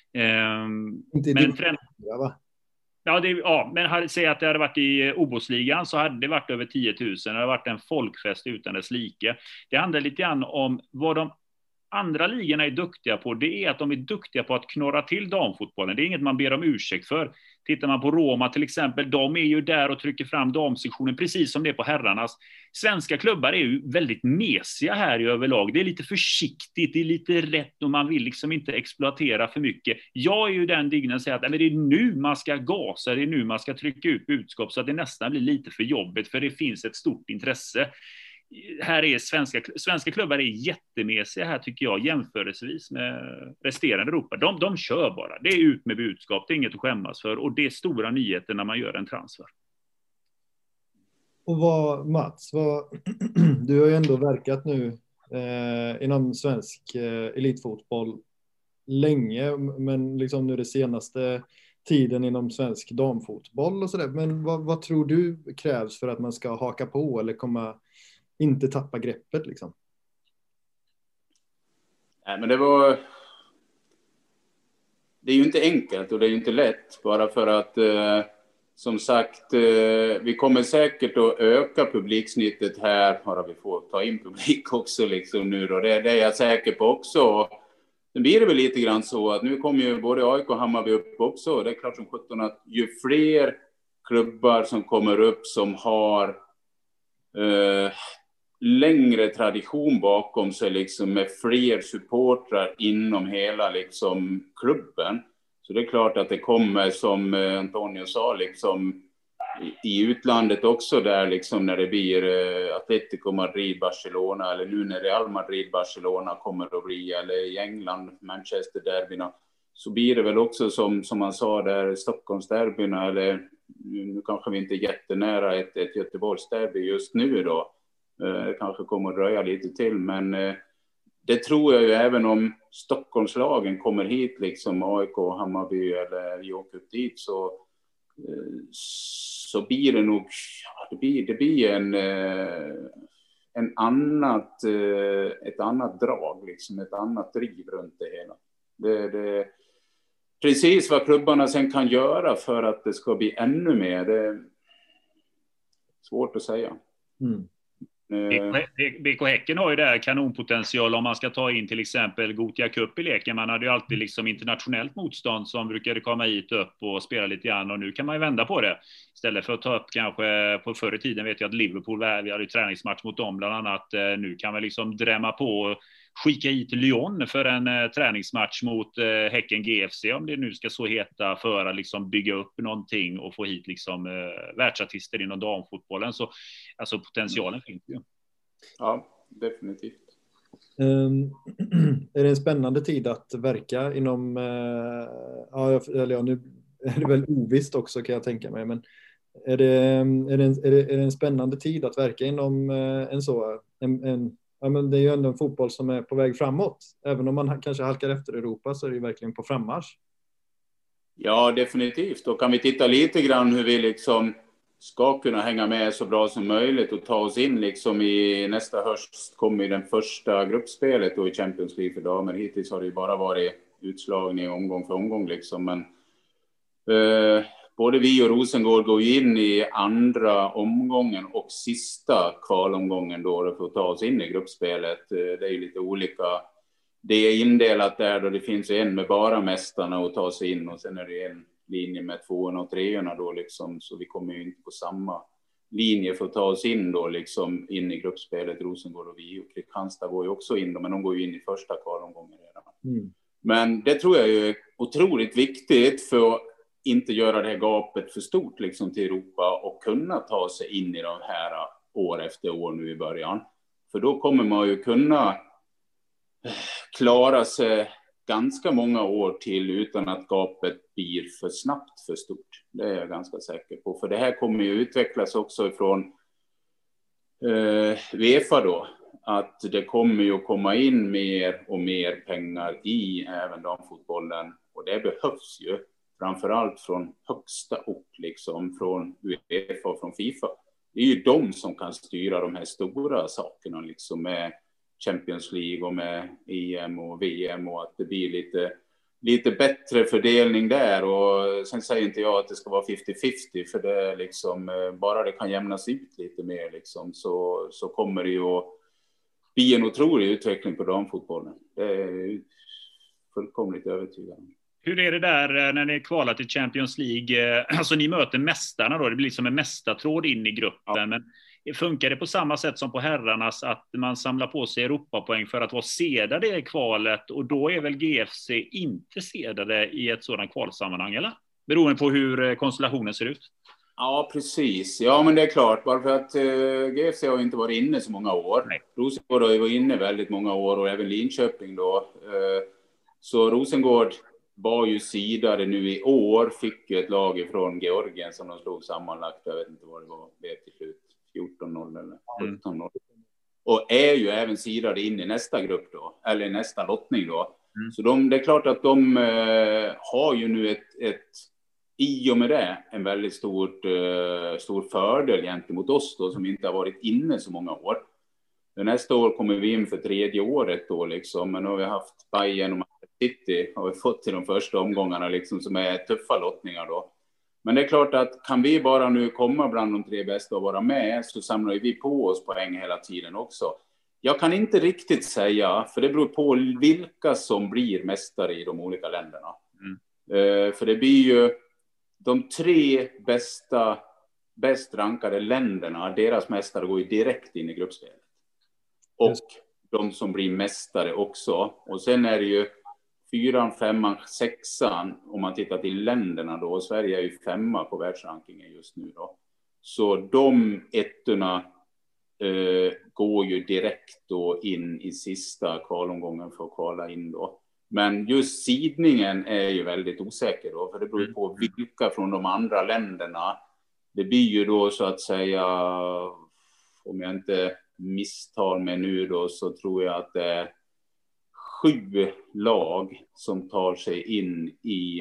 Ehm, inte men det, trend... va? Ja, det, ja, men hade, säg att det hade varit i O-bossligan så hade det varit över tio tusen. Det hade varit en folkfest utan dess like. Det handlar lite grann om vad de andra ligorna är duktiga på, det är att de är duktiga på att knorra till damfotbollen. Det är inget man ber om ursäkt för. Tittar man på Roma till exempel, de är ju där och trycker fram damsektionen precis som det är på herrarnas. Svenska klubbar är ju väldigt mesiga här i överlag. Det är lite försiktigt, det är lite rätt och man vill liksom inte exploatera för mycket. Jag är ju den dignen säger att men det är nu man ska gasa, det är nu man ska trycka ut budskap så att det nästan blir lite för jobbigt för det finns ett stort intresse. Här är svenska, svenska klubbar är jättemesiga här tycker jag jämförelsevis med resterande Europa. De, de kör bara. Det är ut med budskap. Det är inget att skämmas för. Och det är stora nyheter när man gör en transfer. Och vad, Mats, vad, du har ju ändå verkat nu eh, inom svensk eh, elitfotboll länge. Men liksom nu det senaste tiden inom svensk damfotboll och sådär. Men vad, vad tror du krävs för att man ska haka på eller komma inte tappa greppet liksom? Nej, men det var... Det är ju inte enkelt och det är ju inte lätt. Bara för att, eh, som sagt, eh, vi kommer säkert att öka publiksnittet här. Bara vi får ta in publik också liksom nu då. Det, det är jag säker på också. Sen blir det väl lite grann så att nu kommer ju både A I K och Hammarby upp också. Det är klart som sjutton att ju fler klubbar som kommer upp som har... Eh, längre tradition bakom sig liksom med fler supportrar inom hela liksom klubben. Så det är klart att det kommer som Antonio sa liksom i, i utlandet också där liksom när det blir eh, Atletico Madrid, Barcelona eller nu när Real Madrid, Barcelona kommer att bli eller i England, Manchester derbyna så blir det väl också som, som man sa där Stockholms derbyna eller nu kanske vi inte är jättenära ett, ett Göteborgs derby just nu då. Det kanske kommer att röja lite till, men det tror jag ju även om Stockholmslagen kommer hit, liksom A I K, Hammarby eller vi åker upp dit så, så blir det nog, det blir, det blir en, en annat, ett annat drag, liksom ett annat driv runt det hela. Det, det, precis vad klubbarna sen kan göra för att det ska bli ännu mer, det är svårt att säga. Mm. B K Häcken har ju där kanonpotential om man ska ta in till exempel Gothia Cup i leken. Man hade ju alltid liksom internationellt motstånd som brukade komma hit upp och spela lite grann och nu kan man ju vända på det. Istället för att ta upp kanske på förr i tiden vet jag att Liverpool, vi hade ju träningsmatch mot dem bland annat. Nu kan vi liksom drämma på och skicka hit Lyon för en eh, träningsmatch mot eh, Häcken G F C om det nu ska så heta för att liksom bygga upp någonting och få hit liksom eh, världsartister inom damfotbollen. Så alltså potentialen finns ju. Ja, definitivt. Um, är det en spännande tid att verka inom, uh, ja, eller ja, nu är det väl ovisst också kan jag tänka mig, men är det, är det, en, är det, är det en spännande tid att verka inom uh, en så, en, en, ja, men det är ju ändå en fotboll som är på väg framåt. Även om man kanske halkar efter Europa så är det ju verkligen på frammarsch. Ja, definitivt. Då kan vi titta lite grann hur vi liksom ska kunna hänga med så bra som möjligt och ta oss in liksom i nästa höst kommer ju den första gruppspelet då i Champions League för damer. Hittills har det ju bara varit utslagning omgång för omgång liksom, men eh, både vi och Rosengård går in i andra omgången och sista kvalomgången då för att ta oss in i gruppspelet. Det är ju lite olika. Det är indelat där då det finns en med bara mästarna att ta sig in och sen är det en linje med tvåorna och treorna då liksom, så vi kommer ju inte på samma linje för att ta oss in då liksom in i gruppspelet. Rosengård och vi och Kristianstad går ju också in då, men de går ju in i första kvalomgången redan. Mm. Men det tror jag är otroligt viktigt för att inte göra det här gapet för stort liksom till Europa och kunna ta sig in i de här år efter år nu i början. För då kommer man ju kunna klara sig ganska många år till utan att gapet blir för snabbt för stort. Det är jag ganska säker på. För det här kommer ju utvecklas också från eh, UEFA då. Att det kommer ju att komma in mer och mer pengar i även damfotbollen. Och det behövs ju framförallt från högsta ort, liksom från UEFA och från FIFA. Det är ju de som kan styra de här stora sakerna liksom med Champions League och med E M och V M och att det blir lite, lite bättre fördelning där. Och sen säger inte jag att det ska vara femtio femtio för det är liksom, bara det kan jämnas ut lite mer liksom, så, så kommer det ju att bli en otrolig utveckling på damfotbollen. Det är fullkomligt övertygad. Hur är det där när ni kvalar till Champions League? Alltså ni möter mästarna då, det blir som en mästartråd in i gruppen. Ja. Men funkar det på samma sätt som på herrarnas, att man samlar på sig Europapoäng för att vara sedade i kvalet, och då är väl G F C inte sedade i ett sådant kvalsammanhang, eller? Beroende på hur konstellationen ser ut. Ja, precis. Ja, men det är klart. Bara för att uh, G F C har inte varit inne så många år. Nej. Rosengård har ju varit inne väldigt många år, och även Linköping då. Uh, så Rosengård var ju sidade nu i år, fick ju ett lag ifrån Georgien som de slog sammanlagt. Jag vet inte vad det var, blev till slut fjorton noll eller sjutton noll. Mm. Och är ju även sidade in i nästa grupp då, eller nästa lottning då. Mm. Så de, det är klart att de uh, har ju nu ett, ett i och med det en väldigt stort, uh, stor fördel gentemot oss då, som inte har varit inne så många år. Nästa år kommer vi in för tredje året då liksom, men nu har vi haft Bayern och City har vi fått till de första omgångarna liksom, som är tuffa lottningar då. Men det är klart att kan vi bara nu komma bland de tre bästa och vara med, så samlar vi på oss poäng hela tiden också. Jag kan inte riktigt säga, för det beror på vilka som blir mästare i de olika länderna. Mm. Uh, för det blir ju de tre bästa, bäst rankade länderna, deras mästare går ju direkt in i gruppspelet. Och just de som blir mästare också. Och sen är det ju fyran, femman, sexan, om man tittar till länderna då. Sverige är ju femma på världsrankingen just nu då. Så de ettorna eh, går ju direkt då in i sista kvalomgången för att kvala in då. Men just sidningen är ju väldigt osäker då. För det beror på vilka från de andra länderna. Det blir ju då så att säga, om jag inte misstar mig nu då, så tror jag att det är sju lag som tar sig in i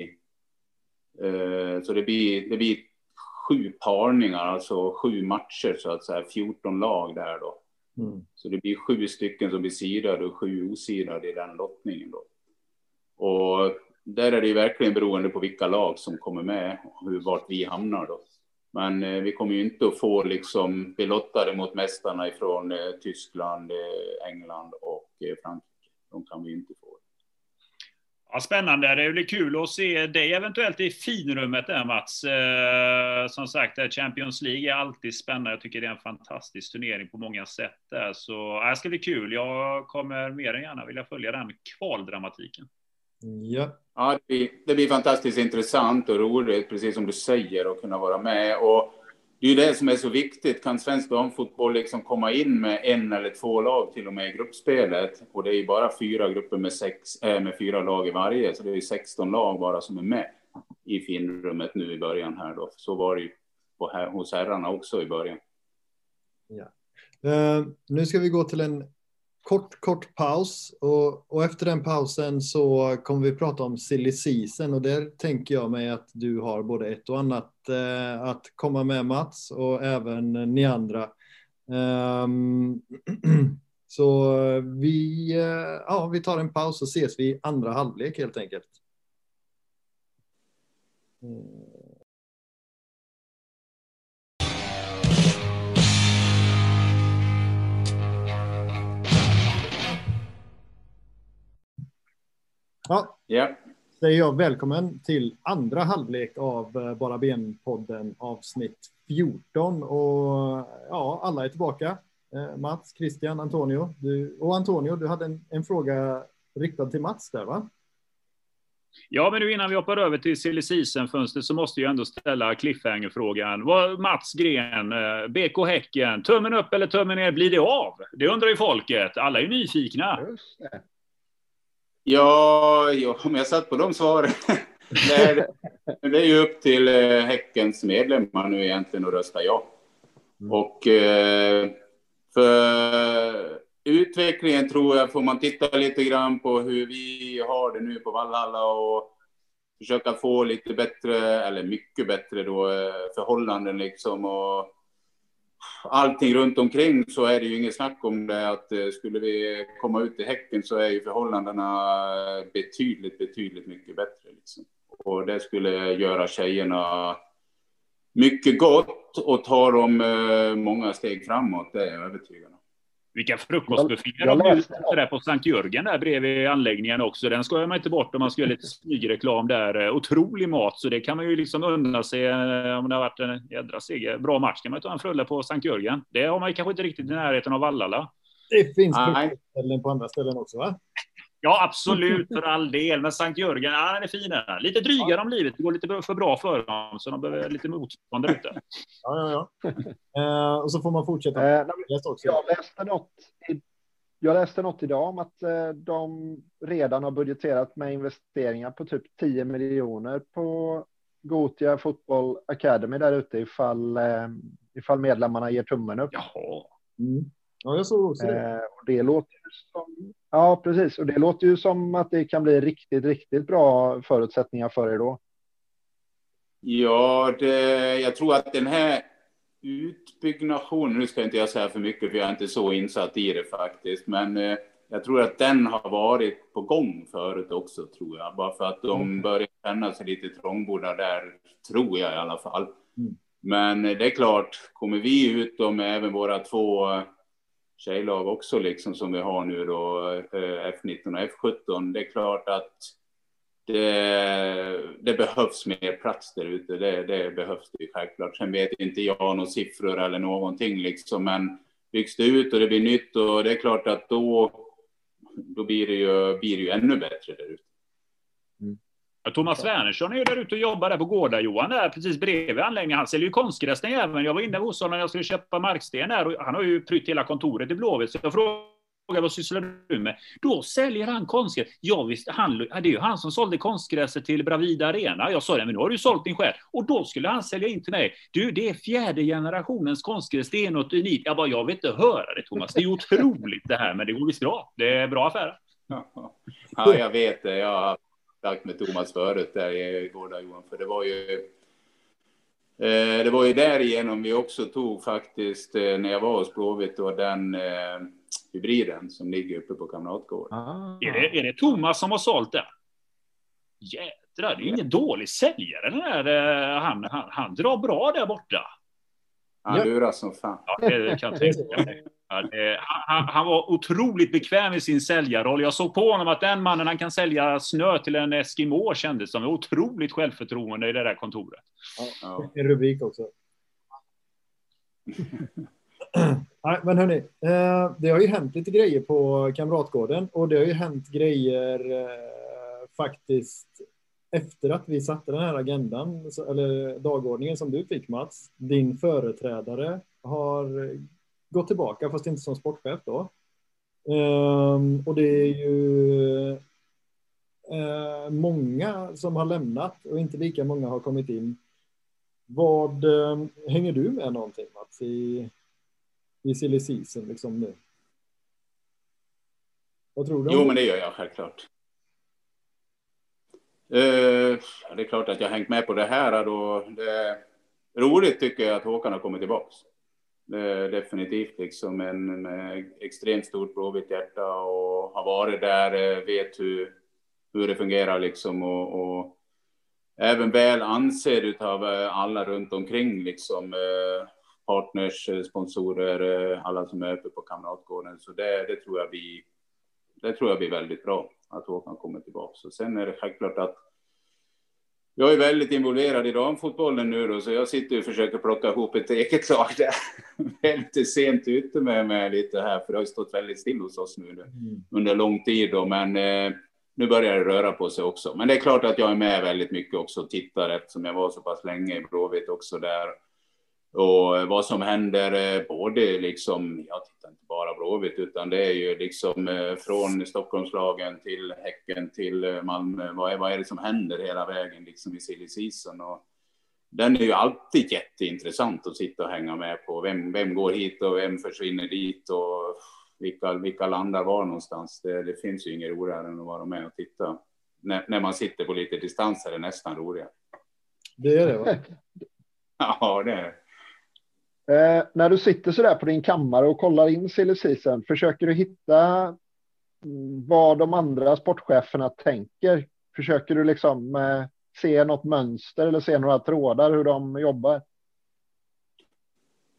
eh, så det blir, det blir sju parningar, alltså sju matcher så att säga, fjorton lag där då. Mm. Så det blir sju stycken som blir sidade och sju osidade i den lottningen då. Och där är det ju verkligen beroende på vilka lag som kommer med och hur, vart vi hamnar då. Men eh, vi kommer ju inte att få liksom belottade mot mästarna ifrån eh, Tyskland, eh, England och eh, Frankrike. De kan vi inte få. Ja, spännande. Det blir kul att se dig eventuellt i finrummet där, Mats. Eh, som sagt, Champions League är alltid spännande. Jag tycker det är en fantastisk turnering på många sätt där. Så ja, det ska bli kul. Jag kommer mer än gärna vilja följa den med kvaldramatiken. Ja. Ja, det blir, det blir fantastiskt intressant och roligt, precis som du säger, att kunna vara med. Och det är ju det som är så viktigt. Kan svensk damfotboll liksom komma in med en eller två lag till och med i gruppspelet? Och det är ju bara fyra grupper med, sex, äh, med fyra lag i varje. Så det är ju sexton lag bara som är med i finrummet nu i början här då. Så var det ju på här, hos herrarna också i början. Ja. Uh, nu ska vi gå till en kort, kort paus. Och, och efter den pausen så kommer vi prata om silly season. Och där tänker jag mig att du har både ett och annat eh, att komma med, Mats. Och även ni andra. Um, så vi, eh, ja, vi tar en paus och ses vi i andra halvlek helt enkelt. Mm. Ja, yeah. Säger jag välkommen till andra halvlek av Bara Ben-podden avsnitt fjorton. Och ja, alla är tillbaka. Eh, Mats, Christian, Antonio. Du, och Antonio, du hade en, en fråga riktad till Mats där, va? Ja, men nu innan vi hoppar över till silly season-fönstret så måste jag ändå ställa cliffhanger-frågan. Vad, Mats Gren, B K Häcken, tummen upp eller tummen ner, blir det av? Det undrar ju folket. Alla är ju nyfikna. Just det. Ja, ja, om jag satt på de svaren. det, är, det är ju upp till eh, Häckens medlemmar nu egentligen att rösta ja. Mm. Och eh, för utvecklingen tror jag får man titta lite grann på hur vi har det nu på Valhalla och försöka få lite bättre, eller mycket bättre då, förhållanden liksom. Och allting runt omkring, så är det ju inget snack om det, att skulle vi komma ut i Häcken så är ju förhållandena betydligt, betydligt mycket bättre liksom. Och det skulle göra tjejerna mycket gott och ta dem många steg framåt, det är jag övertygad om. Vilka frukostbufféer Jag de nu läste- där på Sankt Jörgen där bredvid anläggningen också. Den ska man inte bort om man ska göra lite smygreklam där. Otrolig mat, så det kan man ju liksom unna sig eh, om det har varit en jädra seger. Bra match kan man ju ta en frulle på Sankt Jörgen. Det har man ju kanske inte riktigt i närheten av Vallala. Det finns Nej. frukostställen på andra ställen också, va? Ja, absolut, för all del. Men Sankt Jörgen, ja, den är fin. Där. Lite drygare om livet. Det går lite för bra för dem, så de behöver lite motstånd där ute. Ja, ja, ja. Eh, och så får man fortsätta. Eh, nej, Läs också. Jag läste något, i, jag läste något idag om att eh, de redan har budgeterat med investeringar på typ tio miljoner på Gothia Football Academy där ute ifall, eh, ifall medlemmarna ger tummen upp. Jaha. Mm. Ja, jag såg också det. Eh, och det låter ju som, ja, precis. Och det låter ju som att det kan bli riktigt, riktigt bra förutsättningar för er då. Ja, det, jag tror att den här utbyggnationen, nu ska inte jag säga för mycket för jag är inte så insatt i det faktiskt, men eh, jag tror att den har varit på gång förut också, tror jag. Bara för att de börjar känna sig lite trångbodda där, tror jag i alla fall. Mm. Men det är klart, kommer vi ut då med även våra två tjejlag också liksom som vi har nu då, F nitton och F sjutton, det är klart att det, det behövs mer plats där ute, det, det behövs det självklart. Sen vet inte jag några siffror eller någonting liksom, men byggs det ut och det blir nytt och det är klart att då, då blir, det ju, blir det ju ännu bättre där ute. Ja, Thomas Wernersson är ju där ute och jobbar där på Gårda, Johan, där precis bredvid anläggningen. Han säljer ju konstgräs den jäveln. Jag var inne hos honom när jag skulle köpa marksten där och han har ju prytt hela kontoret i Blåvitt. Så jag frågade, vad sysslar du med? Då säljer han konstgräs. Ja visst, han, det är ju han som sålde konstgräset till Bravida Arena. Jag sa det, men nu har du sålt din själv. Och då skulle han sälja in till mig. Du, det är fjärde generationens konstgräs. Det är något unikt. Jag bara, jag vet inte höra det, Thomas. Det är otroligt det här, men det går visst bra. Det är bra affär. Ja, jag vet det. Jag har sagt med Thomas förut där i Gårda, Johan, för det var ju eh, det var ju därigenom vi också tog faktiskt eh, när jag var hos Blåvitt och den eh, hybriden som ligger uppe på Kamratgården. Ah. Är det, är det Thomas som har sålt det? Jädrar, det är ingen dålig säljare den där. Han, han, han drar bra där borta. Han Ja. luras som fan. Ja, det kan jag tänka mig. Ja, det, han, han var otroligt bekväm i sin säljarroll. Jag såg på honom att den mannen, han kan sälja snö till en Eskimo, kändes som otroligt självförtroende i det där kontoret. Ja. En rubrik också. Nej, men hörni, eh, det har ju hänt lite grejer på Kamratgården och det har ju hänt grejer eh, faktiskt efter att vi satte den här agendan, eller dagordningen som du fick, Mats. Din företrädare har gått tillbaka, fast inte som sportchef då. Um, och det är ju uh, många som har lämnat och inte lika många har kommit in. Vad um, hänger du med någonting, Mats, i, i silly season liksom nu? Vad tror du? Jo, men det gör jag självklart. Uh, det är klart att jag har hängt med på det här då. Det är roligt tycker jag att Håkan har kommit tillbaka. Det är definitivt liksom en med extremt stort Blåvitt hjärta och har varit där, vet hur, hur det fungerar liksom och, och även väl ansedd av alla runt omkring liksom partners, sponsorer, alla som är uppe på Kamratgården. Så det, det tror jag blir, det tror jag blir väldigt bra att Håkan kommer tillbaka. Så sen är det självklart att jag är väldigt involverad i damfotbollen nu då, så jag sitter och försöker plocka ihop ett eget lag där. Jag är lite sent ute med, med lite här, för det har ju stått väldigt still hos oss nu mm. under lång tid då, men eh, nu börjar det röra på sig också. Men det är klart att jag är med väldigt mycket också och tittar eftersom jag var så pass länge i Blåvitt också där. Och vad som händer både liksom, jag tittar inte bara Blåvitt utan det är ju liksom från Stockholmslagen till Häcken till Malmö. Vad är, vad är det som händer hela vägen liksom i silly season? Och den är ju alltid jätteintressant att sitta och hänga med på. Vem, vem går hit och vem försvinner dit och vilka, vilka landar var någonstans. Det, det finns ju inget roligare än att vara med och titta. När, när man sitter på lite distans är det nästan roligare. Det är det, va? Ja, det är det. Eh, när du sitter så där på din kammare och kollar in silly season, försöker du hitta vad de andra sportcheferna tänker? Försöker du liksom eh, se något mönster eller se några trådar hur de jobbar?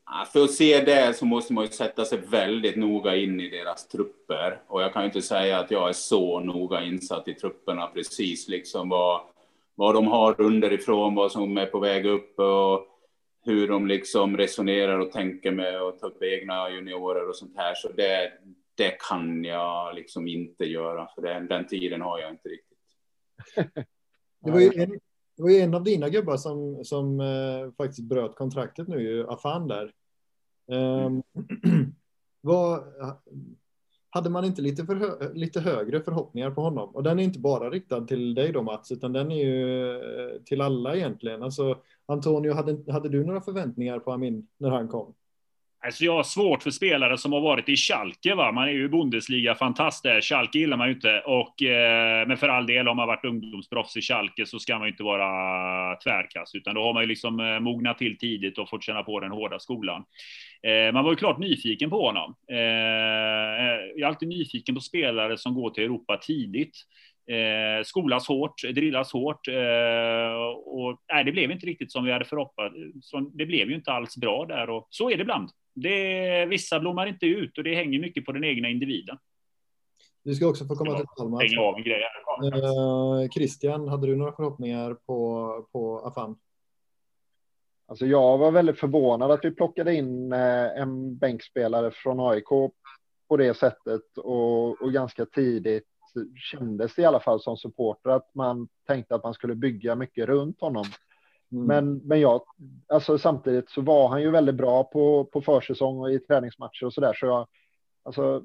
För att se det så måste man ju sätta sig väldigt noga in i deras trupper. Och jag kan ju inte säga att jag är så noga insatt i trupperna precis. Liksom vad, vad de har underifrån, vad som är på väg upp och hur de liksom resonerar och tänker med och tar upp egna juniorer och sånt här. Så det, det kan jag liksom inte göra. För den, den tiden har jag inte riktigt. Det var ju en, det var ju en av dina gubbar som, som eh, faktiskt bröt kontraktet nu, ju Afan där. Um, vad, hade man inte lite, för, lite högre förhoppningar på honom? Och den är inte bara riktad till dig då, Mats, utan den är ju till alla egentligen. Alltså, Antonio, hade, hade du några förväntningar på Amin när han kom? Alltså jag har svårt för spelare som har varit i Schalke, va? Man är ju Bundesliga fantast där. Schalke gillar man ju inte. Och, eh, men för all del, om man har varit ungdomsproffs i Schalke så ska man ju inte vara tvärkast. Utan då har man ju liksom eh, mognat till tidigt och fått känna på den hårda skolan. Eh, man var ju klart nyfiken på honom. Eh, jag är alltid nyfiken på spelare som går till Europa tidigt. Eh, skolas hårt, drillas hårt eh, och nej, det blev inte riktigt som vi hade förhoppat. Så det blev ju inte alls bra där och så är det ibland. Det, vissa blommar inte ut och det hänger mycket på den egna individen. Du ska också få komma till Talma. Eh, Christian, hade du några förhoppningar på, på Afan? Alltså jag var väldigt förvånad att vi plockade in eh, en bänkspelare från A I K på det sättet och, och ganska tidigt kändes det i alla fall som supporter att man tänkte att man skulle bygga mycket runt honom. Mm. Men, men jag, alltså samtidigt så var han ju väldigt bra på, på försäsong och i träningsmatcher och sådär. Så jag, alltså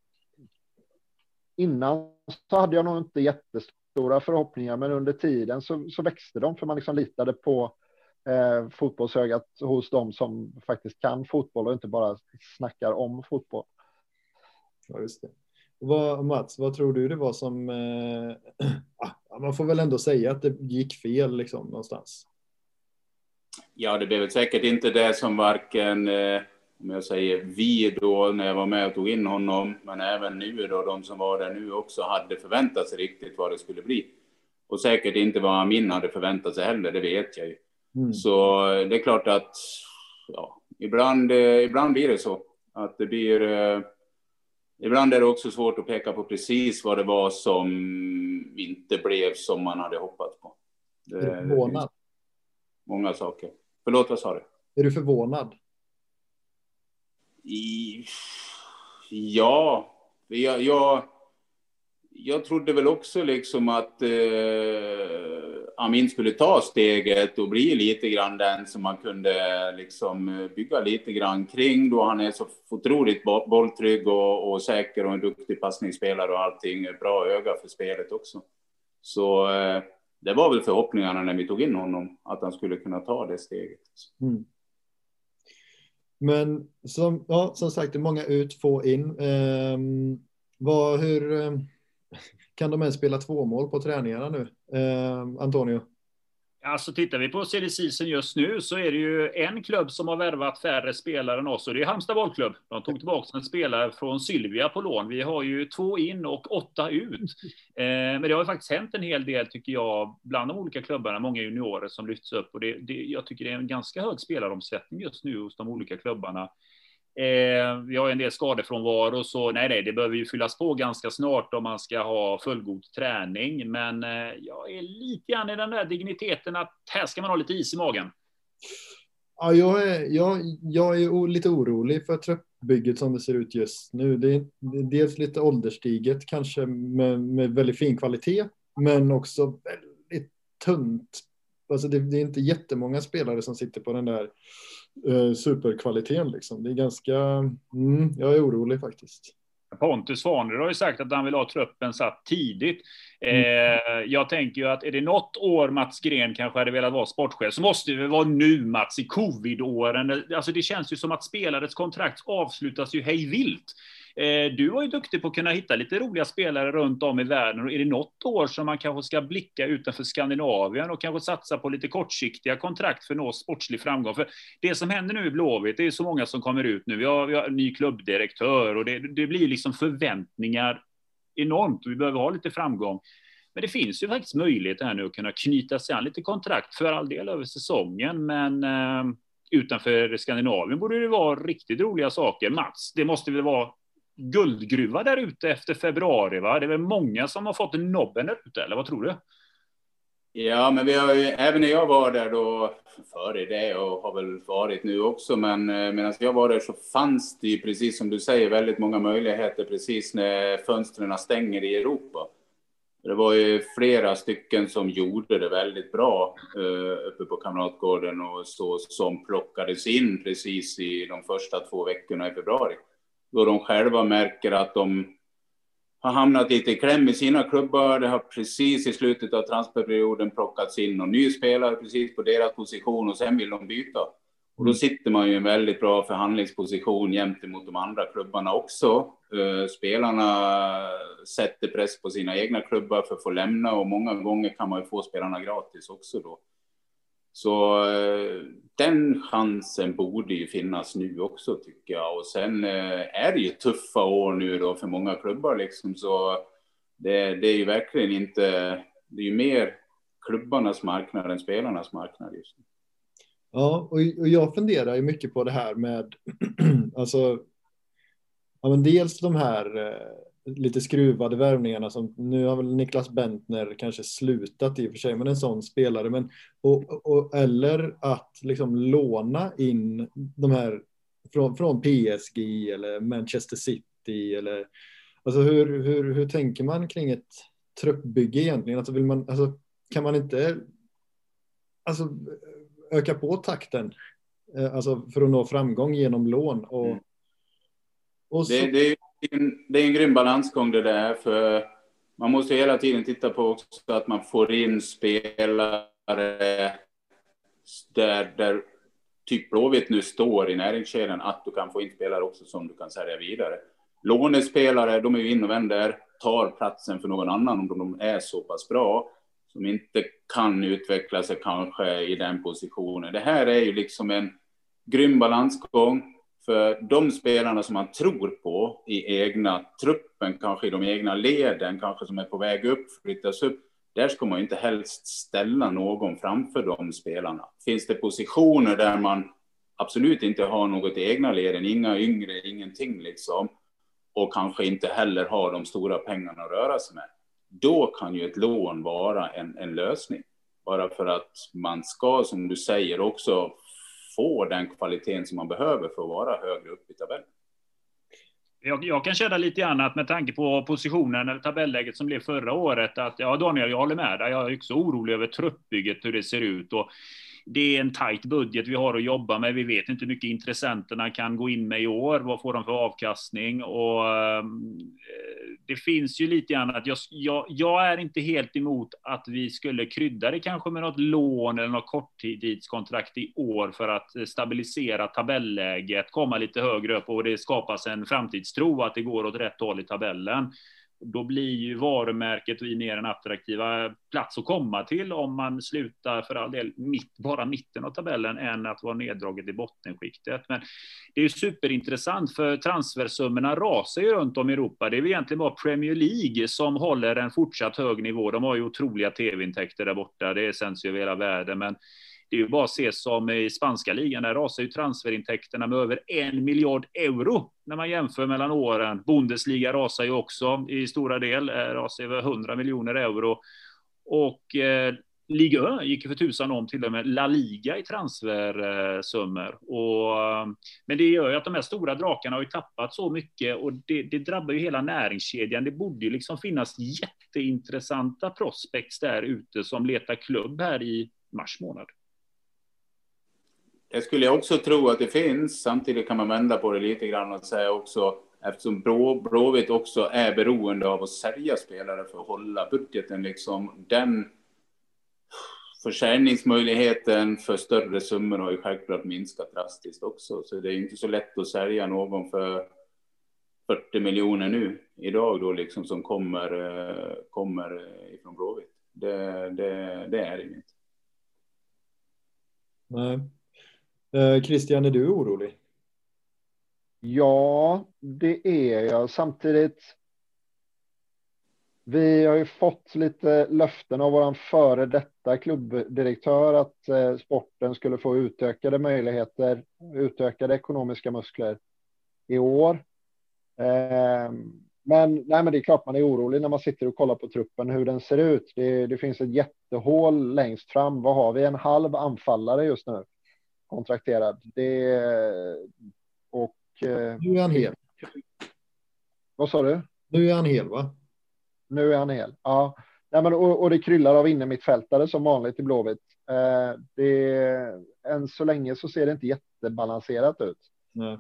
innan så hade jag nog inte jättestora förhoppningar, men under tiden så, så växte de för man liksom litade på eh, fotbollsögat hos dem som faktiskt kan fotboll och inte bara snackar om fotboll. Ja, just det. Vad, Mats, vad tror du det var som eh, man får väl ändå säga att det gick fel liksom någonstans? Ja, det blev säkert inte det som varken eh, om jag säger vi då när jag var med och tog in honom, men även nu då de som var där nu också hade förväntat sig riktigt vad det skulle bli. Och säkert inte vad Amin hade förväntat sig heller, det vet jag ju. Mm. Så det är klart att ja, ibland, eh, ibland blir det så att det blir eh, ibland är det också svårt att peka på precis vad det var som inte blev som man hade hoppats på. Det, är du förvånad? Många saker. Förlåt, vad sa du? Är du förvånad? I, ja, jag, jag, jag trodde väl också liksom att eh, Amin skulle ta steget och bli lite grann den som man kunde liksom bygga lite grann kring då han är så otroligt bolltrygg och, och säker och en duktig passningsspelare och allting, bra öga för spelet också. Så eh, det var väl förhoppningarna när vi tog in honom att han skulle kunna ta det steget. Mm. Men som, ja, som sagt, det är många ut, få in. Eh, vad, hur eh, kan de ens spela två mål på träningarna nu? Eh, Antonio? Alltså tittar vi på silly season just nu så är det ju en klubb som har värvat färre spelare än oss och det är Halmstad bollklubb. De tog tillbaka en spelare från Sylvia på lån. Vi har ju två in och åtta ut. Eh, men det har ju faktiskt hänt en hel del tycker jag bland de olika klubbarna. Många juniorer som lyfts upp och det, det, jag tycker det är en ganska hög spelaromsättning just nu hos de olika klubbarna. Eh, vi har en del skador från var och så nej, nej det behöver ju fyllas på ganska snart om man ska ha fullgod träning, men eh, jag är lite grann i den där digniteten att här ska man ha lite is i magen. Ja, jag är, jag, jag är lite orolig för truppbygget som det ser ut just nu. Det är, det är dels lite ålderstiget kanske med, med väldigt fin kvalitet, men också väldigt tunt. Alltså det, det är inte jättemånga spelare som sitter på den där uh, superkvaliteten liksom. Det är ganska, mm, jag är orolig faktiskt. Pontus Svaner har ju sagt att han vill ha truppen satt tidigt. Mm. Eh, jag tänker ju att är det något år Mats Gren kanske hade velat vara sportchef så måste det vara nu Mats i covid-åren. Alltså det känns ju som att spelarets kontrakt avslutas ju hej vilt. Eh, du var ju duktig på att kunna hitta lite roliga spelare runt om i världen och är det något år som man kanske ska blicka utanför Skandinavien och kanske satsa på lite kortsiktiga kontrakt för att nå sportslig framgång. För det som händer nu i Blåvitt, det är så många som kommer ut nu. Vi har, vi har en ny klubbdirektör och det, det blir liksom förväntningar enormt och vi behöver ha lite framgång. Men det finns ju faktiskt möjlighet här nu att kunna knyta sig an lite kontrakt för all del över säsongen, men eh, utanför Skandinavien borde det vara riktigt roliga saker. Mats, det måste väl vara guldgruva där ute efter februari, va? Det är väl många som har fått en nobben där ute, eller vad tror du? Ja, men vi har ju, även när jag var där då, före det och har väl varit nu också, men medan jag var där så fanns det ju, precis som du säger, väldigt många möjligheter precis när fönstren stänger i Europa. Det var ju flera stycken som gjorde det väldigt bra uh, uppe på Kamratgården och så, som plockades in precis i de första två veckorna i februari. Då de själva märker att de har hamnat lite i kläm i sina klubbar. Det har precis i slutet av transferperioden plockats in någon ny spelare precis på deras position och sen vill de byta. Och då sitter man ju i en väldigt bra förhandlingsposition gentemot de andra klubbarna också. Uh, spelarna sätter press på sina egna klubbar för att få lämna och många gånger kan man ju få spelarna gratis också då. Så uh, den chansen borde ju finnas nu också tycker jag. Och sen uh, är det ju tuffa år nu då för många klubbar liksom. Så det, det är ju verkligen inte, det är ju mer klubbarnas marknad än spelarnas marknad just nu. Ja, och, och jag funderar ju mycket på det här med alltså, ja, men dels de här eh, lite skruvade värvningarna som nu har väl Niklas Bentner kanske slutat i och för sig, men en sån spelare, men och, och, eller att liksom låna in de här från, från P S G eller Manchester City eller alltså hur, hur, hur tänker man kring ett truppbygge egentligen? Alltså vill man, alltså kan man inte alltså öka på takten alltså för att nå framgång genom lån och, mm. och så... det, det, är en, det är en grym balansgång det där, för man måste hela tiden titta på också att man får in spelare där, där typ Blåvitt nu står i näringskedjan, att du kan få in spelare också som du kan sälja vidare. Lånespelare, de är ju in och vänder, tar platsen för någon annan om de är så pass bra som inte kan utveckla sig kanske i den positionen. Det här är ju liksom en grym balansgång för de spelarna som man tror på i egna truppen, kanske i de egna leden, kanske som är på väg upp, flyttas upp. Där ska man ju inte helst ställa någon framför de spelarna. Finns det positioner där man absolut inte har något i egna leden, inga yngre, ingenting liksom, och kanske inte heller har de stora pengarna att röra sig med, då kan ju ett lån vara en, en lösning. Bara för att man ska, som du säger, också få den kvaliteten som man behöver för att vara högre upp i tabellen. Jag, jag kan känna lite annat med tanke på positionen eller tabelläget som blev förra året. Att, ja, Daniel, jag håller med dig. Jag är också orolig över truppbygget, hur det ser ut. Och det är en tajt budget vi har att jobba med. Vi vet inte hur mycket intressenterna kan gå in med i år. Vad får de för avkastning? Och eh, det finns ju lite annat. Jag, jag, jag är inte helt emot att vi skulle krydda det kanske med något lån eller något korttidskontrakt i år för att stabilisera tabelläget, komma lite högre upp och det skapas en framtidstro att det går åt rätt håll i tabellen. Då blir ju varumärket vi mer en attraktiva plats att komma till om man slutar för all del mitt, bara mitten av tabellen än att vara neddraget i bottenskiktet. Men det är ju superintressant för transfersummorna rasar ju runt om i Europa. Det är egentligen bara Premier League som håller en fortsatt hög nivå. De har ju otroliga tv-intäkter där borta. Det sänds ju över hela världen, men det är ju bara att se som i spanska ligan. Där rasar ju transferintäkterna med över en miljard euro när man jämför mellan åren. Bundesliga rasar ju också i stora del. Rasar över hundra miljoner euro. Och eh, Liga gick för tusan om till och med La Liga i transfersummor. Och, men det gör ju att de här stora drakarna har ju tappat så mycket. Och det, det drabbar ju hela näringskedjan. Det borde ju liksom finnas jätteintressanta prospects där ute som letar klubb här i mars månad. Jag skulle också tro att det finns. Samtidigt kan man vända på det lite grann och säga också, eftersom Brå, Bråvitt också är beroende av att sälja spelare för att hålla budgeten, liksom, den försäljningsmöjligheten för större summor har ju självklart minskat drastiskt också. Så det är inte så lätt att sälja någon för fyrtio miljoner nu idag då, liksom, som kommer, kommer ifrån Bråvitt. Det, det, det är det inte. Nej. Eh, Christian, är du orolig? Ja, det är jag. Samtidigt Vi har ju fått lite löften av våran före detta klubbdirektör att eh, sporten skulle få utökade möjligheter, utökade ekonomiska muskler i år. Eh, men, nej, men det är klart man är orolig när man sitter och kollar på truppen, hur den ser ut. Det, det finns ett jättehål längst fram. Vad har vi? En halv anfallare just nu kontrakterad. Det, och, eh, Nu är han hel. Vad sa du? Nu är han hel, va? Nu är han hel. Ja. Nej, men, och, och det kryllar av inne mittfältare som vanligt i Blåvitt. Eh, det, än så länge så ser det inte jättebalanserat ut. Nej.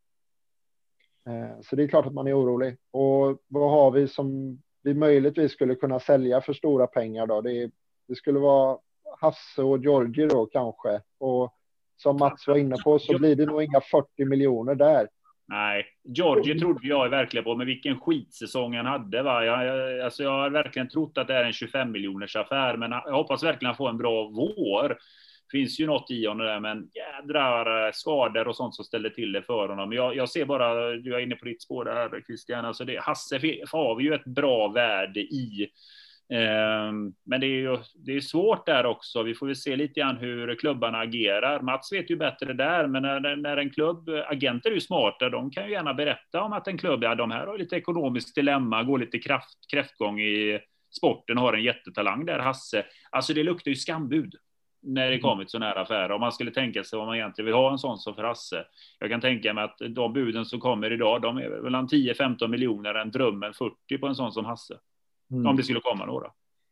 Eh, så det är klart att man är orolig. Och vad har vi som vi möjligtvis skulle kunna sälja för stora pengar då? Det, det skulle vara Hasse och Georgie då kanske. Och som Mats var inne på så blir det nog inga fyrtio miljoner där. Nej, Georgie trodde jag verkligen på, med vilken skitsäsong han hade. Va? Jag, jag, alltså jag har verkligen trott att det är en tjugofem miljoners affär, men jag hoppas verkligen få en bra vår. Finns ju något i honom där, men jädrar skador och sånt som ställer till det för honom. Jag, jag ser bara, du är inne på ditt spår där, Christian. Alltså det, Hasse har vi ju ett bra värde i. Um, men det är ju det är svårt där också. Vi får väl se lite grann hur klubbarna agerar. Mats vet ju bättre där, men när, när en klubb, agenter är ju smarta, de kan ju gärna berätta om att en klubb, ja, de här har lite ekonomiskt dilemma, går lite kraft, kräftgång i sporten, har en jättetalang där, Hasse. Alltså det luktar ju skambud när det kommer till sådana här affärer. Om man skulle tänka sig om man egentligen vill ha en sån som för Hasse. Jag kan tänka mig att de buden som kommer idag, de är väl en tio femton miljoner, en drömmen fyrtio på en sån som Hasse. Mm. Om det skulle komma några.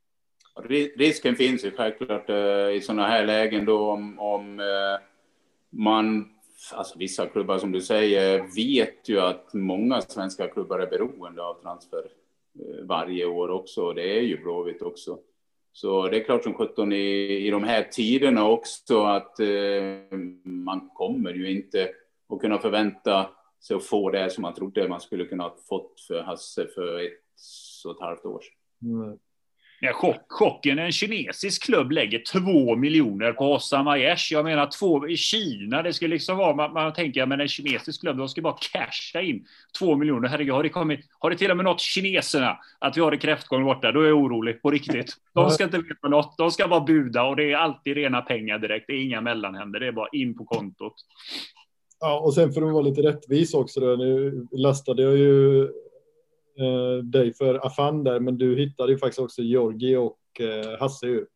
Risken finns ju självklart uh, i sådana här lägen då om, om uh, man, alltså vissa klubbar som du säger, vet ju att många svenska klubbar är beroende av transfer uh, varje år också. Det är ju Blåvitt också. Så det är klart som sjutton i, i de här tiderna också att uh, man kommer ju inte att kunna förvänta sig att få det som man trodde man skulle kunna ha fått för Hasse för ett så ett halvt år sedan. Mm. Ja, chock, chocken, en kinesisk klubb lägger två miljoner på Osama Aiesh. Jag menar två i Kina, det skulle liksom vara, man, man tänker, men en kinesisk klubb, de ska bara casha in två miljoner. Herregud, har det kommit, har det till och med något kineserna att vi har det kräftgång borta, då är jag orolig på riktigt. De ska inte veta något, de ska bara buda, och det är alltid rena pengar direkt, det är inga mellanhänder, det är bara in på kontot. Ja, och sen för att vara lite rättvis också då, nu lastade jag ju Uh, dig för Afan där, men du hittade ju faktiskt också Georgie och uh, Hasse ju.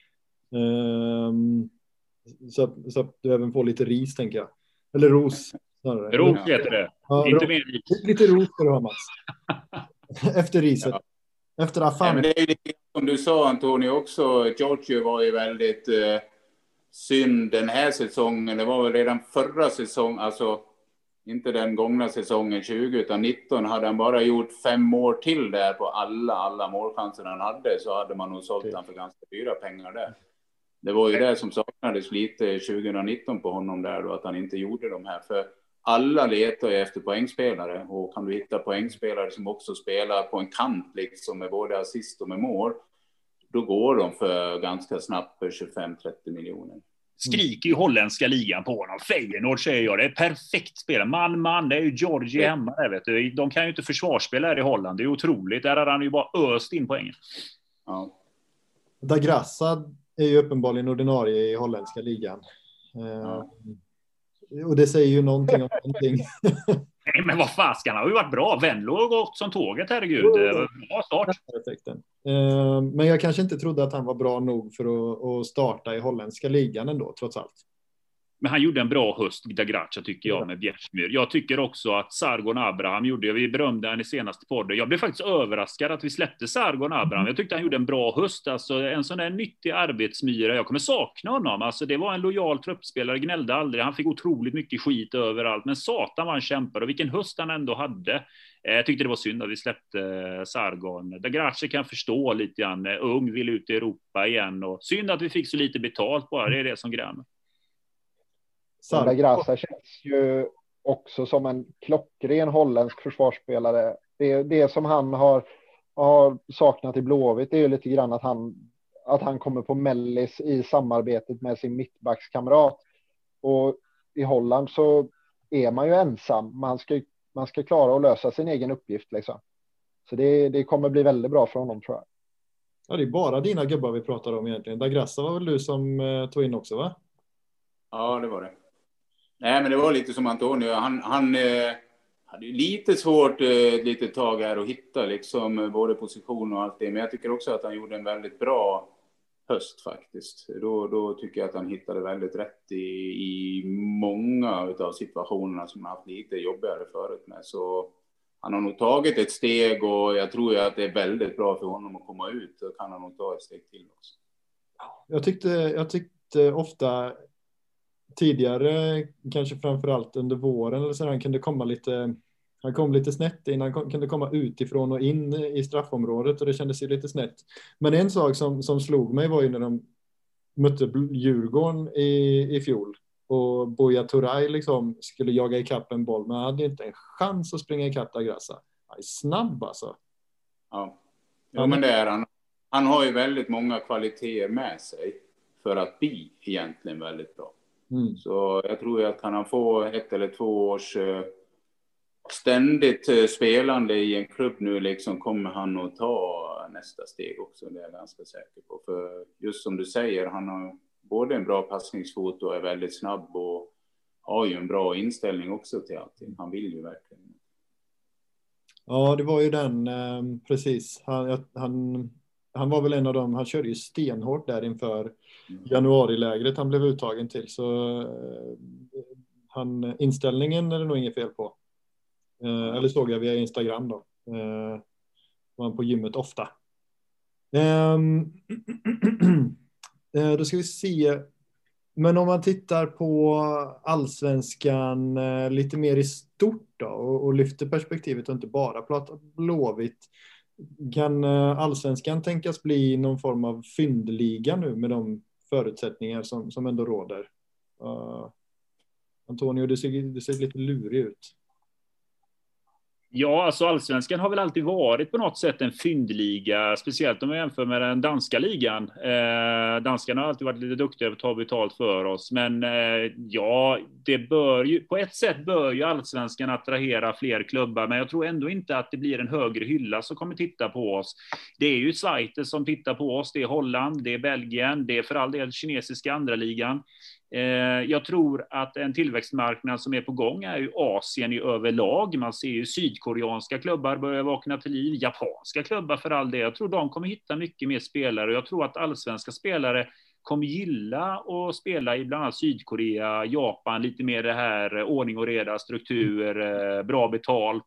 Um, så, så att du även får lite ris, tänker jag. Eller ros. Snarare. Ros heter det. Ja, inte ro- mer ris. Lite ros ska du ha, Mats. Efter riset. Ja. Efter Afan. Ja, men det är ju det som du sa, Antonio, också. Georgie var ju väldigt uh, synd den här säsongen. Det var väl redan förra säsongen, alltså inte den gångna säsongen tjugo utan nitton, hade han bara gjort fem år till där på alla, alla målchanser han hade, så hade man nog sålt han för ganska dyra pengar där. Det var ju det som saknades lite tjugonitton på honom där då, att han inte gjorde de här. För alla letar ju efter poängspelare, och kan du hitta poängspelare som också spelar på en kant liksom med både assist och med mål, då går de för ganska snabbt för tjugofem trettio miljoner. Skriker ju holländska ligan på honom. Feyenoord säger jag, det är perfekt spel. Man, man, det är ju Georgie hemma där, vet du. De kan ju inte försvarsspela här i Holland, det är otroligt. Där har han ju bara öst in poängen. Ja. Da Graça är ju uppenbarligen ordinarie i holländska ligan. Ja. Uh, och det säger ju någonting om någonting. Nej, men vad fan, ska han har ju varit bra. Venlo har gått som tåget, herregud. Bra start. Uh, men jag kanske inte trodde att han var bra nog för att, att starta i holländska ligan ändå, trots allt. Men han gjorde en bra höst, Da Graça, tycker jag, med Bjärsmyr. Jag tycker också att Sargon Abraham gjorde, vi berömde han i senaste podden. Jag blev faktiskt överraskad att vi släppte Sargon Abraham. Jag tyckte han gjorde en bra höst. Alltså en sån där nyttig arbetsmyra. Jag kommer sakna honom. Alltså det var en lojal truppspelare, gnällde aldrig. Han fick otroligt mycket skit överallt. Men satan var han kämpade, och vilken höst han ändå hade. Jag tyckte det var synd att vi släppte Sargon. Da Graça kan förstå lite grann. Ung, vill ut i Europa igen. Och synd att vi fick så lite betalt bara. Det är det som grämer. Da Graça känns ju också som en klockren holländsk försvarsspelare. Det, det som han har, har saknat i Blåvitt, det är ju lite grann att han, att han kommer på mellis i samarbetet med sin mittbackskamrat. Och i Holland så är man ju ensam. Man ska, man ska klara att lösa sin egen uppgift liksom. Så det, det kommer bli väldigt bra för honom, tror jag. Ja, det är bara dina gubbar vi pratar om egentligen. Da Graça var väl du som eh, tog in också, va? Ja, det var det. Nej, men det var lite som Antonio. Han, han eh, hade ju lite svårt eh, ett litet tag här att hitta liksom både position och allt det. Men jag tycker också att han gjorde en väldigt bra höst faktiskt. Då, då tycker jag att han hittade väldigt rätt i, i många av situationerna som han haft lite jobbigare förut med. Så han har nog tagit ett steg och jag tror ju att det är väldigt bra för honom att komma ut. Så kan han nog ta ett steg till också. Jag tyckte, jag tyckte ofta tidigare, kanske framförallt under våren eller så, han kunde komma lite, han kom lite snett in, han kom, kunde komma utifrån och in i straffområdet och det kändes ju lite snett. Men en sak som, som slog mig var ju när de mötte Djurgården i, i fjol och Buya Turay liksom skulle jaga ikapp en boll, men han hade inte en chans att springa ikapp Da Graça. Han är snabb alltså. Ja, ja men det är han. Han har ju väldigt många kvaliteter med sig för att bli egentligen väldigt bra. Mm. Så jag tror att kan han få ett eller två års uh, ständigt uh, spelande i en klubb nu liksom kommer han att ta nästa steg också. Det är jag ganska säker på. För just som du säger, han har både en bra passningsfot och är väldigt snabb och har ju en bra inställning också till allting. Han vill ju verkligen. Ja, det var ju den, eh, precis. Han, han, han var väl en av dem, han körde ju stenhårt där inför januarilägret han blev uttagen till. Så eh, han, inställningen är det nog inget fel på. Eh, eller såg jag via Instagram då. Eh, var han på gymmet ofta. Eh, eh, då ska vi se. Men om man tittar på allsvenskan eh, lite mer i stort då, och, och lyfter perspektivet och inte bara pratar Blåvitt. Kan eh, allsvenskan tänkas bli någon form av fyndliga nu med de förutsättningar som, som ändå råder? Uh, Antonio, det ser, det ser lite lurig ut. Ja, alltså allsvenskan har väl alltid varit på något sätt en fyndliga, speciellt om man jämför med den danska ligan. Eh, danskarna har alltid varit lite duktiga på att ta betalt för oss, men eh, ja, det bör ju, på ett sätt bör ju allsvenskan attrahera fler klubbar, men jag tror ändå inte att det blir en högre hylla som kommer titta på oss. Det är ju Schweiz som tittar på oss, det är Holland, det är Belgien, det är för all del kinesiska andra ligan. Jag tror att en tillväxtmarknad som är på gång är ju Asien i överlag. Man ser ju sydkoreanska klubbar börja vakna till liv, japanska klubbar för all det. Jag tror de kommer hitta mycket mer spelare och jag tror att allsvenska spelare kommer gilla att spela i bland annat Sydkorea, Japan, lite mer det här ordning och reda, struktur, bra betalt.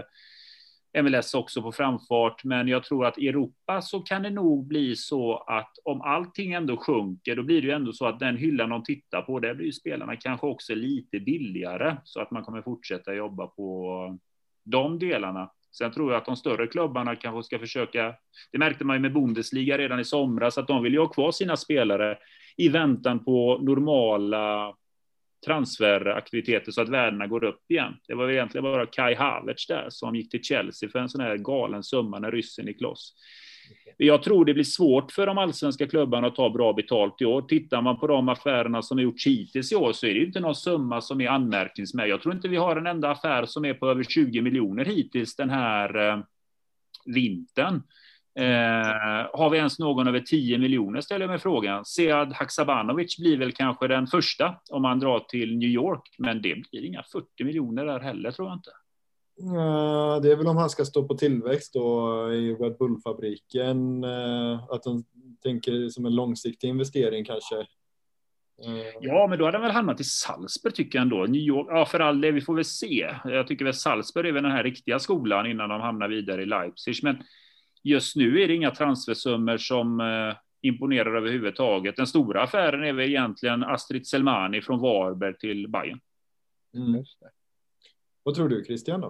M L S också på framfart, men jag tror att i Europa så kan det nog bli så att om allting ändå sjunker, då blir det ju ändå så att den hyllan de tittar på, där blir ju spelarna kanske också lite billigare, så att man kommer fortsätta jobba på de delarna. Sen tror jag att de större klubbarna kanske ska försöka, det märkte man ju med Bundesliga redan i somras, att de vill ju ha kvar sina spelare i väntan på normala transferaktiviteter så att värdena går upp igen. Det var egentligen bara Kai Havertz där som gick till Chelsea för en sån här galen summa när ryssen gick loss. Jag tror det blir svårt för de allsvenska klubbarna att ta bra betalt i år. Tittar man på de affärerna som är gjort hittills i år så är det inte någon summa som är anmärkningsvärd. Jag tror inte vi har en enda affär som är på över tjugo miljoner hittills den här eh, vintern. Eh, har vi ens någon över tio miljoner, ställer jag mig frågan. Sead Haksabanovic blir väl kanske den första om man drar till New York, men det blir inga fyrtio miljoner där heller, tror jag inte. Ja, det är väl om han ska stå på tillväxt då i Red Bull-fabriken, eh, att de tänker som en långsiktig investering kanske. Eh. Ja, men då hade han väl hamnat i Salzburg tycker jag ändå. New York, ja för all det, vi får väl se. Jag tycker väl Salzburg är väl den här riktiga skolan innan de hamnar vidare i Leipzig, men just nu är det inga transfersummor som eh, imponerar överhuvudtaget. Den stora affären är väl egentligen Astrid Selmani från Varberg till Bayern. Mm. Just det. Vad tror du, Christian, då?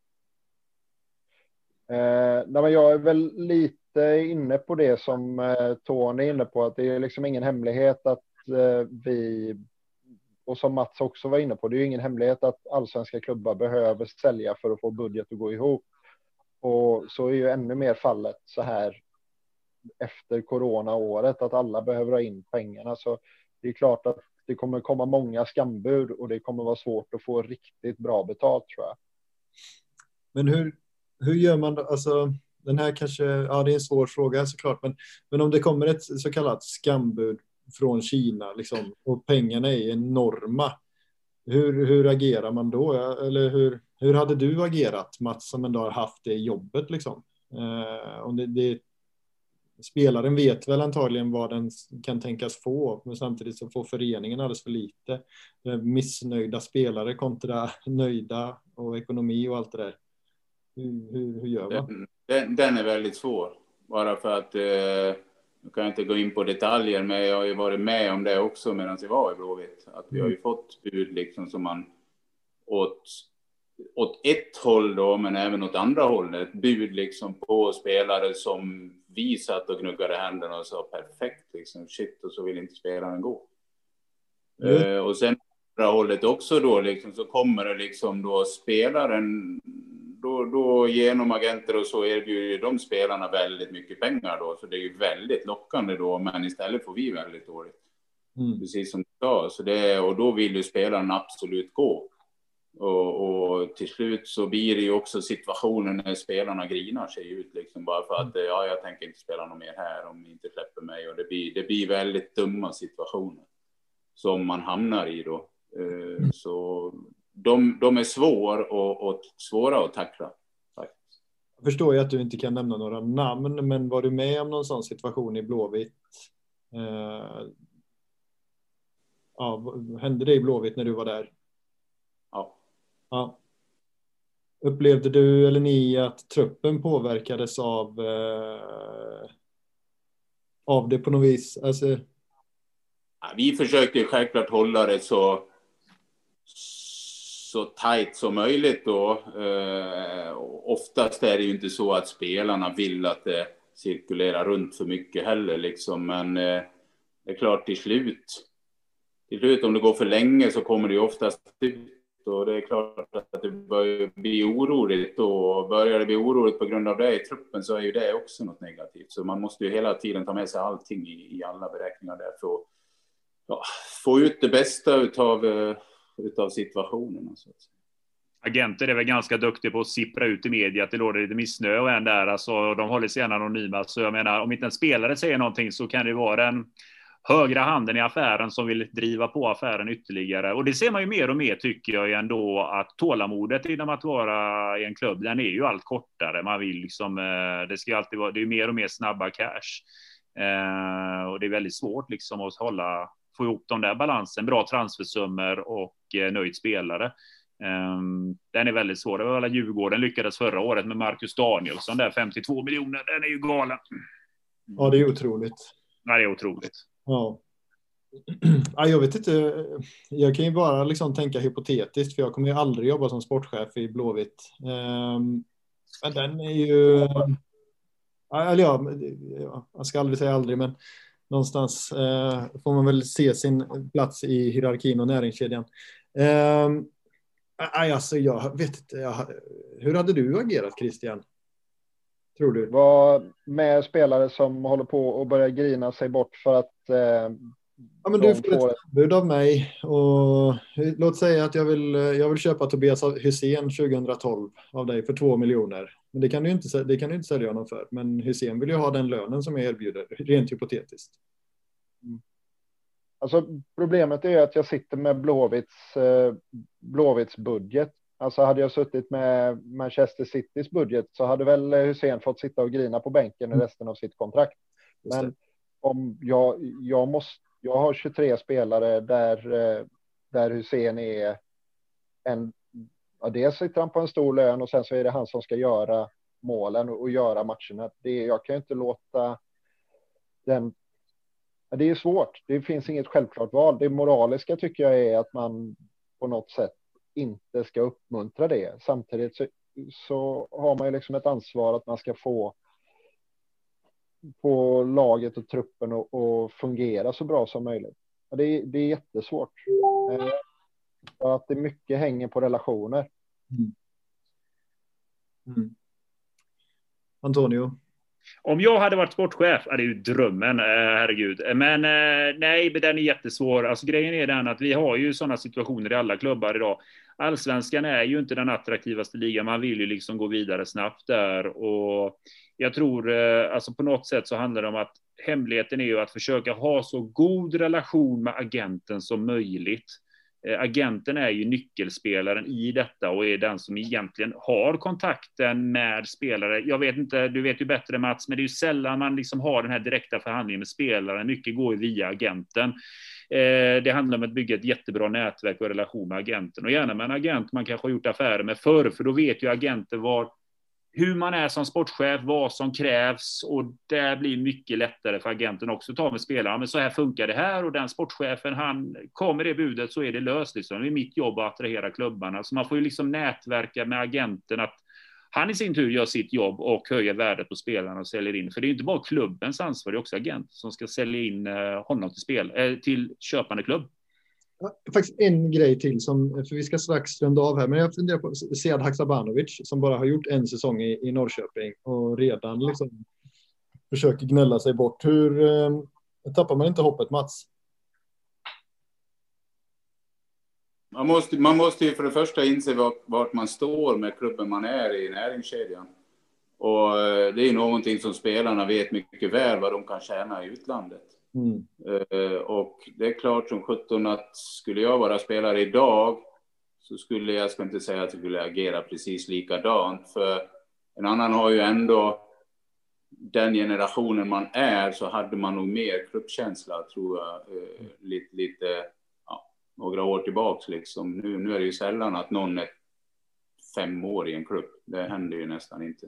Eh, nej, men jag är väl lite inne på det som eh, Tony är inne på, att det är liksom ingen hemlighet att eh, vi, och som Mats också var inne på, det är ju ingen hemlighet att allsvenska klubbar behöver sälja för att få budget att gå ihop. Och så är ju ännu mer fallet så här efter coronaåret, att alla behöver ha in pengarna. Så det är klart att det kommer komma många skambud och det kommer vara svårt att få riktigt bra betalt, tror jag. Men hur, hur gör man då? Alltså, den här kanske, ja det är en svår fråga såklart, men, men om det kommer ett så kallat skambud från Kina liksom, och pengarna är enorma, hur, hur agerar man då? Eller hur, hur hade du agerat, Mats, som ändå har haft det jobbet liksom? Eh, om det, det, spelaren vet väl antagligen vad den kan tänkas få, men samtidigt så får föreningen alldeles för lite. Eh, missnöjda spelare kontra nöjda och ekonomi och allt det där. Hur, hur, hur gör man? Den, den, den är väldigt svår. Bara för att, eh, jag kan inte gå in på detaljer, men jag har ju varit med om det också medan jag var i Blåvitt. Att vi har ju fått bud liksom som man åt, åt ett håll då, men även åt andra hållet. Bud liksom på spelare som vi satt och gnuggade händerna och sa perfekt liksom, shit, och så vill inte spelaren gå. Mm. Eh, och sen andra hållet också då liksom, så kommer det liksom då spelaren då, då genom agenter och så erbjuder de spelarna väldigt mycket pengar då, så det är ju väldigt lockande då, men istället får vi väldigt dåligt. Mm. Precis som du sa, så det, och då vill ju spelaren absolut gå. Och, och till slut så blir det ju också situationen när spelarna grinar sig ut liksom, bara för att ja, jag tänker inte spela något mer här om ni inte släpper mig, och det blir, det blir väldigt dumma situationer som man hamnar i då. Uh, så de, de är svår och, och svåra att tackla. Faktiskt. Jag förstår ju att du inte kan nämna några namn, men var du med om någon sån situation i Blåvitt? Uh, ja, hände det i Blåvitt när du var där? Ja. Ja. Upplevde du eller ni att truppen påverkades av uh, av det på något vis? Alltså... Ja, vi försökte ju självklart hålla det så så tajt som möjligt då. Eh, oftast är det ju inte så att spelarna vill att det cirkulerar runt för mycket heller liksom, men eh, det är klart till slut till slut om det går för länge så kommer det ju oftast ut, och det är klart att det börjar bli oroligt, och börjar det bli oroligt på grund av det i truppen så är ju det också något negativt, så man måste ju hela tiden ta med sig allting i, i alla beräkningar där för att ja, få ut det bästa utav utav situationen. Så att säga. Agenter är väl ganska duktiga på att sippra ut i media att det råder lite missnöje och en där. Alltså, de håller sig gärna anonyma. Så jag menar, om inte en spelare säger någonting så kan det vara den högra handen i affären som vill driva på affären ytterligare. Och det ser man ju mer och mer, tycker jag ändå, att tålamodet inom att vara i en klubb, den är ju allt kortare. Man vill liksom, det ska ju alltid vara, det är mer och mer snabba cash. Eh, och det är väldigt svårt liksom att hålla, få ihop de där balansen, bra transfersummor och eh, nöjd spelare. Eh, den är väldigt svår. Det var alla Djurgården lyckades förra året med Marcus Danielsson där, femtiotvå miljoner, den är ju galen. Ja, det är otroligt. Ja, det är otroligt. Ja. Ja, jag vet inte, jag kan ju bara liksom tänka hypotetiskt, för jag kommer ju aldrig jobba som sportchef i Blåvitt. Eh, men den är ju... Eller ja, jag ska aldrig säga aldrig, men någonstans eh, får man väl se sin plats i hierarkin och näringskedjan. Eh, alltså, jag vet inte, jag, hur hade du agerat, Christian? Tror du? Var med spelare som håller på och börjar grina sig bort för att eh, ja, men du får får ett bud av mig, och låt säga att jag vill, jag vill köpa Tobias Hysén tjugohundratolv av dig för två miljoner. Men det kan du inte, det kan du inte sälja honom för. Men Hysén vill ju ha den lönen som jag erbjuder, rent hypotetiskt. Mm. Alltså problemet är att jag sitter med Blåvitts, eh, Blåvitts budget. Alltså hade jag suttit med Manchester Citys budget så hade väl Hysén fått sitta och grina på bänken i resten av sitt kontrakt. Men om jag, jag måste, jag har tjugotre spelare där, där Hysén är en, ja, dels sitter han på en stor lön och sen så är det han som ska göra målen och, och göra matcherna. Det, jag kan ju inte låta den, det är svårt. Det finns inget självklart val. Det moraliska tycker jag är att man på något sätt inte ska uppmuntra det. Samtidigt så, så har man ju liksom ett ansvar att man ska få på laget och truppen och, och fungera så bra som möjligt. Det är, det är jättesvårt. Eh, att det mycket hänger på relationer. Mm. Mm. Antonio? Om jag hade varit sportchef, ja, det är ju drömmen, herregud. Men nej, den är jättesvår. Alltså grejen är den att vi har ju sådana situationer i alla klubbar idag. Allsvenskan är ju inte den attraktivaste ligan. Man vill ju liksom gå vidare snabbt där. Och jag tror, alltså på något sätt så handlar det om att hemligheten är ju att försöka ha så god relation med agenten som möjligt. Agenten är ju nyckelspelaren i detta och är den som egentligen har kontakten med spelare. Jag vet inte, du vet ju bättre Mats, men det är ju sällan man liksom har den här direkta förhandlingen med spelaren. Mycket går ju via agenten. Eh, det handlar om att bygga ett jättebra nätverk och relation med agenten. Och gärna med en agent man kanske har gjort affärer med förr, för då vet ju agenten var, hur man är som sportchef, vad som krävs, och det blir mycket lättare för agenten också att ta med spelare. Men så här funkar det här, och den sportchefen, han kommer det budet så är det löst. Liksom. Det är mitt jobb att attrahera klubbarna. Så man får ju liksom nätverka med agenten att han i sin tur gör sitt jobb och höjer värdet på spelarna och säljer in. För det är inte bara klubbens ansvar, det är också agenten som ska sälja in honom till, spel, till köpande klubb. Faktiskt en grej till, som, för vi ska strax runda av här, men jag funderar på Sead Haksabanovic som bara har gjort en säsong i, i Norrköping och redan liksom försöker gnälla sig bort. Hur eh, tappar man inte hoppet, Mats? Man måste, man måste ju för det första inse vart, vart man står med klubben man är i näringskedjan. Och eh, det är någonting som spelarna vet mycket väl vad de kan tjäna i utlandet. Mm. Uh, och det är klart som sjutton att skulle jag vara spelare idag så skulle jag, ska inte säga att jag skulle agera precis likadant, för en annan har ju ändå den generationen man är, så hade man nog mer klubbkänsla tror jag, uh, lite, lite ja, några år tillbaks liksom. Nu, nu är det ju sällan att någon är fem år i en klubb, det händer ju nästan inte.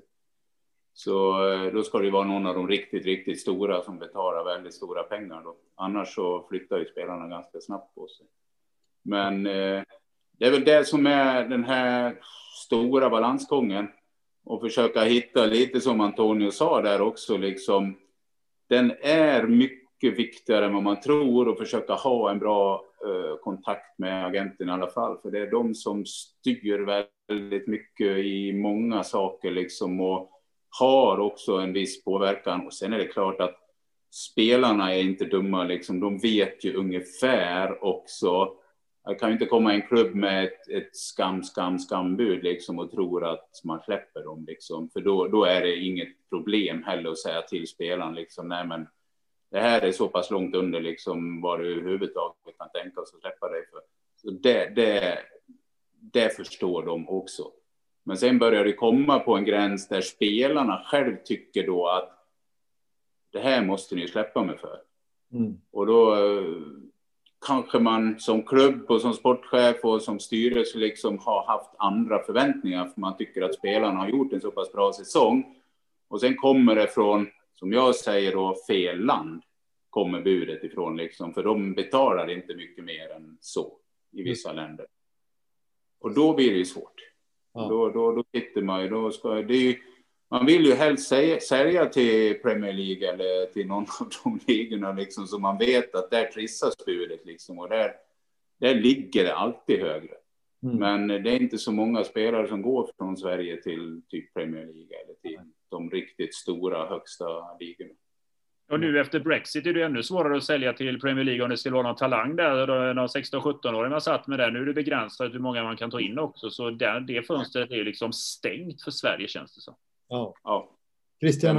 Så då ska det vara någon av de riktigt, riktigt stora som betalar väldigt stora pengar då. Annars så flyttar ju spelarna ganska snabbt på sig. Men eh, det är väl det som är den här stora balansgången. Och försöka hitta lite som Antonio sa där också liksom. Den är mycket viktigare än vad man tror, och försöka ha en bra eh, kontakt med agenten i alla fall. För det är de som styr väldigt mycket i många saker liksom, och har också en viss påverkan. Och sen är det klart att spelarna är inte dumma liksom. De vet ju ungefär också. Jag kan ju inte komma i en klubb med ett, ett skam, skam, skambud liksom och tror att man släpper dem liksom. För då, då är det inget problem heller att säga till spelaren liksom, nej men det här är så pass långt under liksom vad du överhuvudtaget kan tänka oss att släppa dig för. Så det, det, det förstår de också. Men sen börjar det komma på en gräns där spelarna själv tycker då att det här måste ni släppa mig för. Mm. Och då kanske man som klubb och som sportchef och som styrelse liksom har haft andra förväntningar, för man tycker att spelarna har gjort en så pass bra säsong. Och sen kommer det från, som jag säger då, fel land kommer budet ifrån liksom, för de betalar inte mycket mer än så i vissa mm. länder. Och då blir det ju svårt. Ja. Då, då, då sitter man ju, då ska, det är ju, man vill ju helst säga, sälja till Premier League eller till någon av de ligorna liksom, så man vet att där trissas budet liksom, och där, där ligger det alltid högre. Mm. Men det är inte så många spelare som går från Sverige till typ Premier League eller till mm. de riktigt stora högsta ligorna. Och nu efter Brexit är det ännu svårare att sälja till Premier League om det skulle vara någon talang där. Någon sexton sjutton-åring har satt med det. Nu är det begränsat hur många man kan ta in också. Så det, det fönstret är liksom stängt för Sverige, känns det så. Ja. Ja. Christian?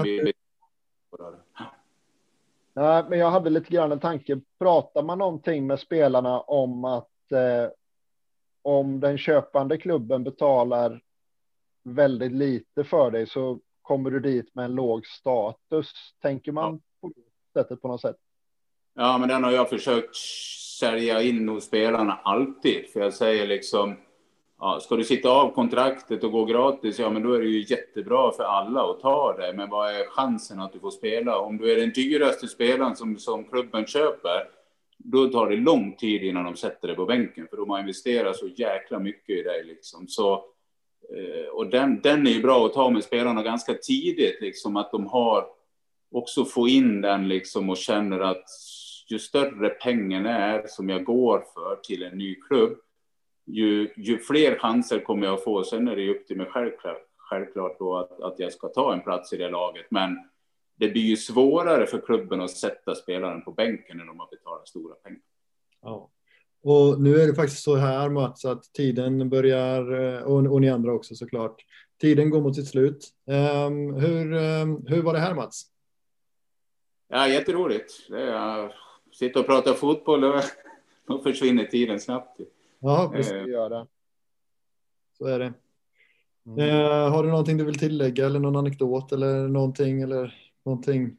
Ja, men jag hade lite grann en tanke. Pratar man någonting med spelarna om att eh, om den köpande klubben betalar väldigt lite för dig så kommer du dit med en låg status? Tänker man ja. på det sättet på något sätt? Ja, men den har jag försökt sälja in hos spelarna alltid. För jag säger liksom, ja, ska du sitta av kontraktet och gå gratis, ja men då är det ju jättebra för alla att ta det. Men vad är chansen att du får spela? Om du är den dyraste spelaren som, som klubben köper, då tar det lång tid innan de sätter det på bänken. För de har investerat så jäkla mycket i det liksom. Så och den, den är ju bra att ta med spelarna ganska tidigt liksom, att de har också få in den liksom, och känner att ju större pengen är som jag går för till en ny klubb, ju, ju fler chanser kommer jag få. Sen är det upp till mig självklart, självklart då att, att jag ska ta en plats i det laget, men det blir ju svårare för klubben att sätta spelaren på bänken när de har betalat stora pengar. Ja. Och nu är det faktiskt så här, Mats, att tiden börjar, och, och ni andra också såklart, tiden går mot sitt slut. Um, hur, um, hur var det här, Mats? Ja, jätteroligt. Det är, sitta och prata fotboll och då försvinner tiden snabbt. Ja, precis. Uh, gör det. Så är det. Mm. Uh, har du någonting du vill tillägga eller någon anekdot eller någonting eller någonting?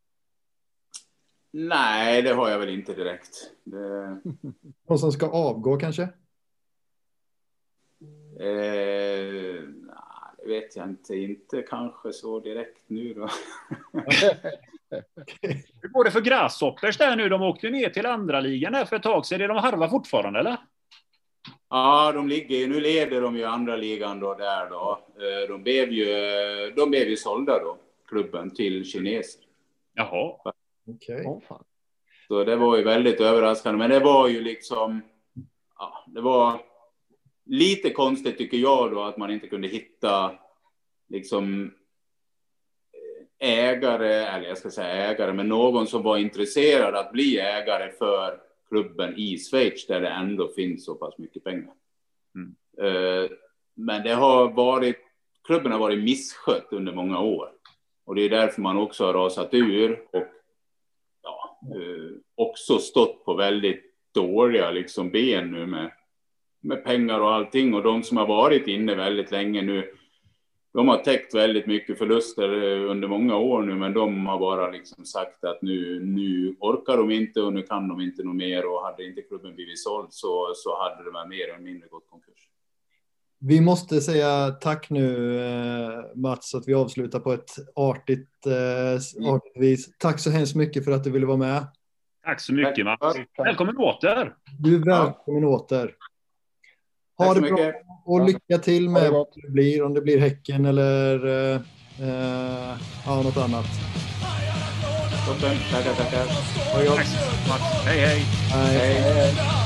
Nej, det har jag väl inte direkt. Det... Någon som ska avgå kanske? Eh, nej, det vet jag inte. Inte kanske så direkt nu då. Hur går det för Grasshoppers där nu? De åkte ner till andra ligan där för ett tag sedan. Är de harvar fortfarande, eller? Ja, de ligger, nu leder de ju andra ligan då där då. De blev ju, de blev ju sålda då, klubben, till kineser. Jaha. Okej. Okay. Så det var ju väldigt överraskande. Men det var ju liksom, ja, det var lite konstigt tycker jag då att man inte kunde hitta liksom ägare, eller jag ska säga ägare, men någon som var intresserad att bli ägare för klubben i Schweiz där det ändå finns så pass mycket pengar. Mm. Men det har varit, klubben har varit misskött under många år. Och det är därför man också har rasat ur och ja, också stått på väldigt dåliga liksom ben nu med, med pengar och allting. Och de som har varit inne väldigt länge nu, de har täckt väldigt mycket förluster under många år nu, men de har bara liksom sagt att nu, nu orkar de inte och nu kan de inte något mer, och hade inte klubben blivit såld så, så hade det varit mer eller mindre gått konkurs. Vi måste säga tack nu, Mats, att vi avslutar på ett artigt, eh, artigt vis. Tack så hemskt mycket för att du ville vara med. Tack så mycket, Mats. Välkommen åter. Du är välkommen ja. åter. Ha tack så det bra mycket. Och lycka till med vad det blir, om det blir Häcken eller eh, ja, något annat. Toppen, tackar, tackar. Tack så mycket, Mats. Hej, hej. Hej, hej. hej.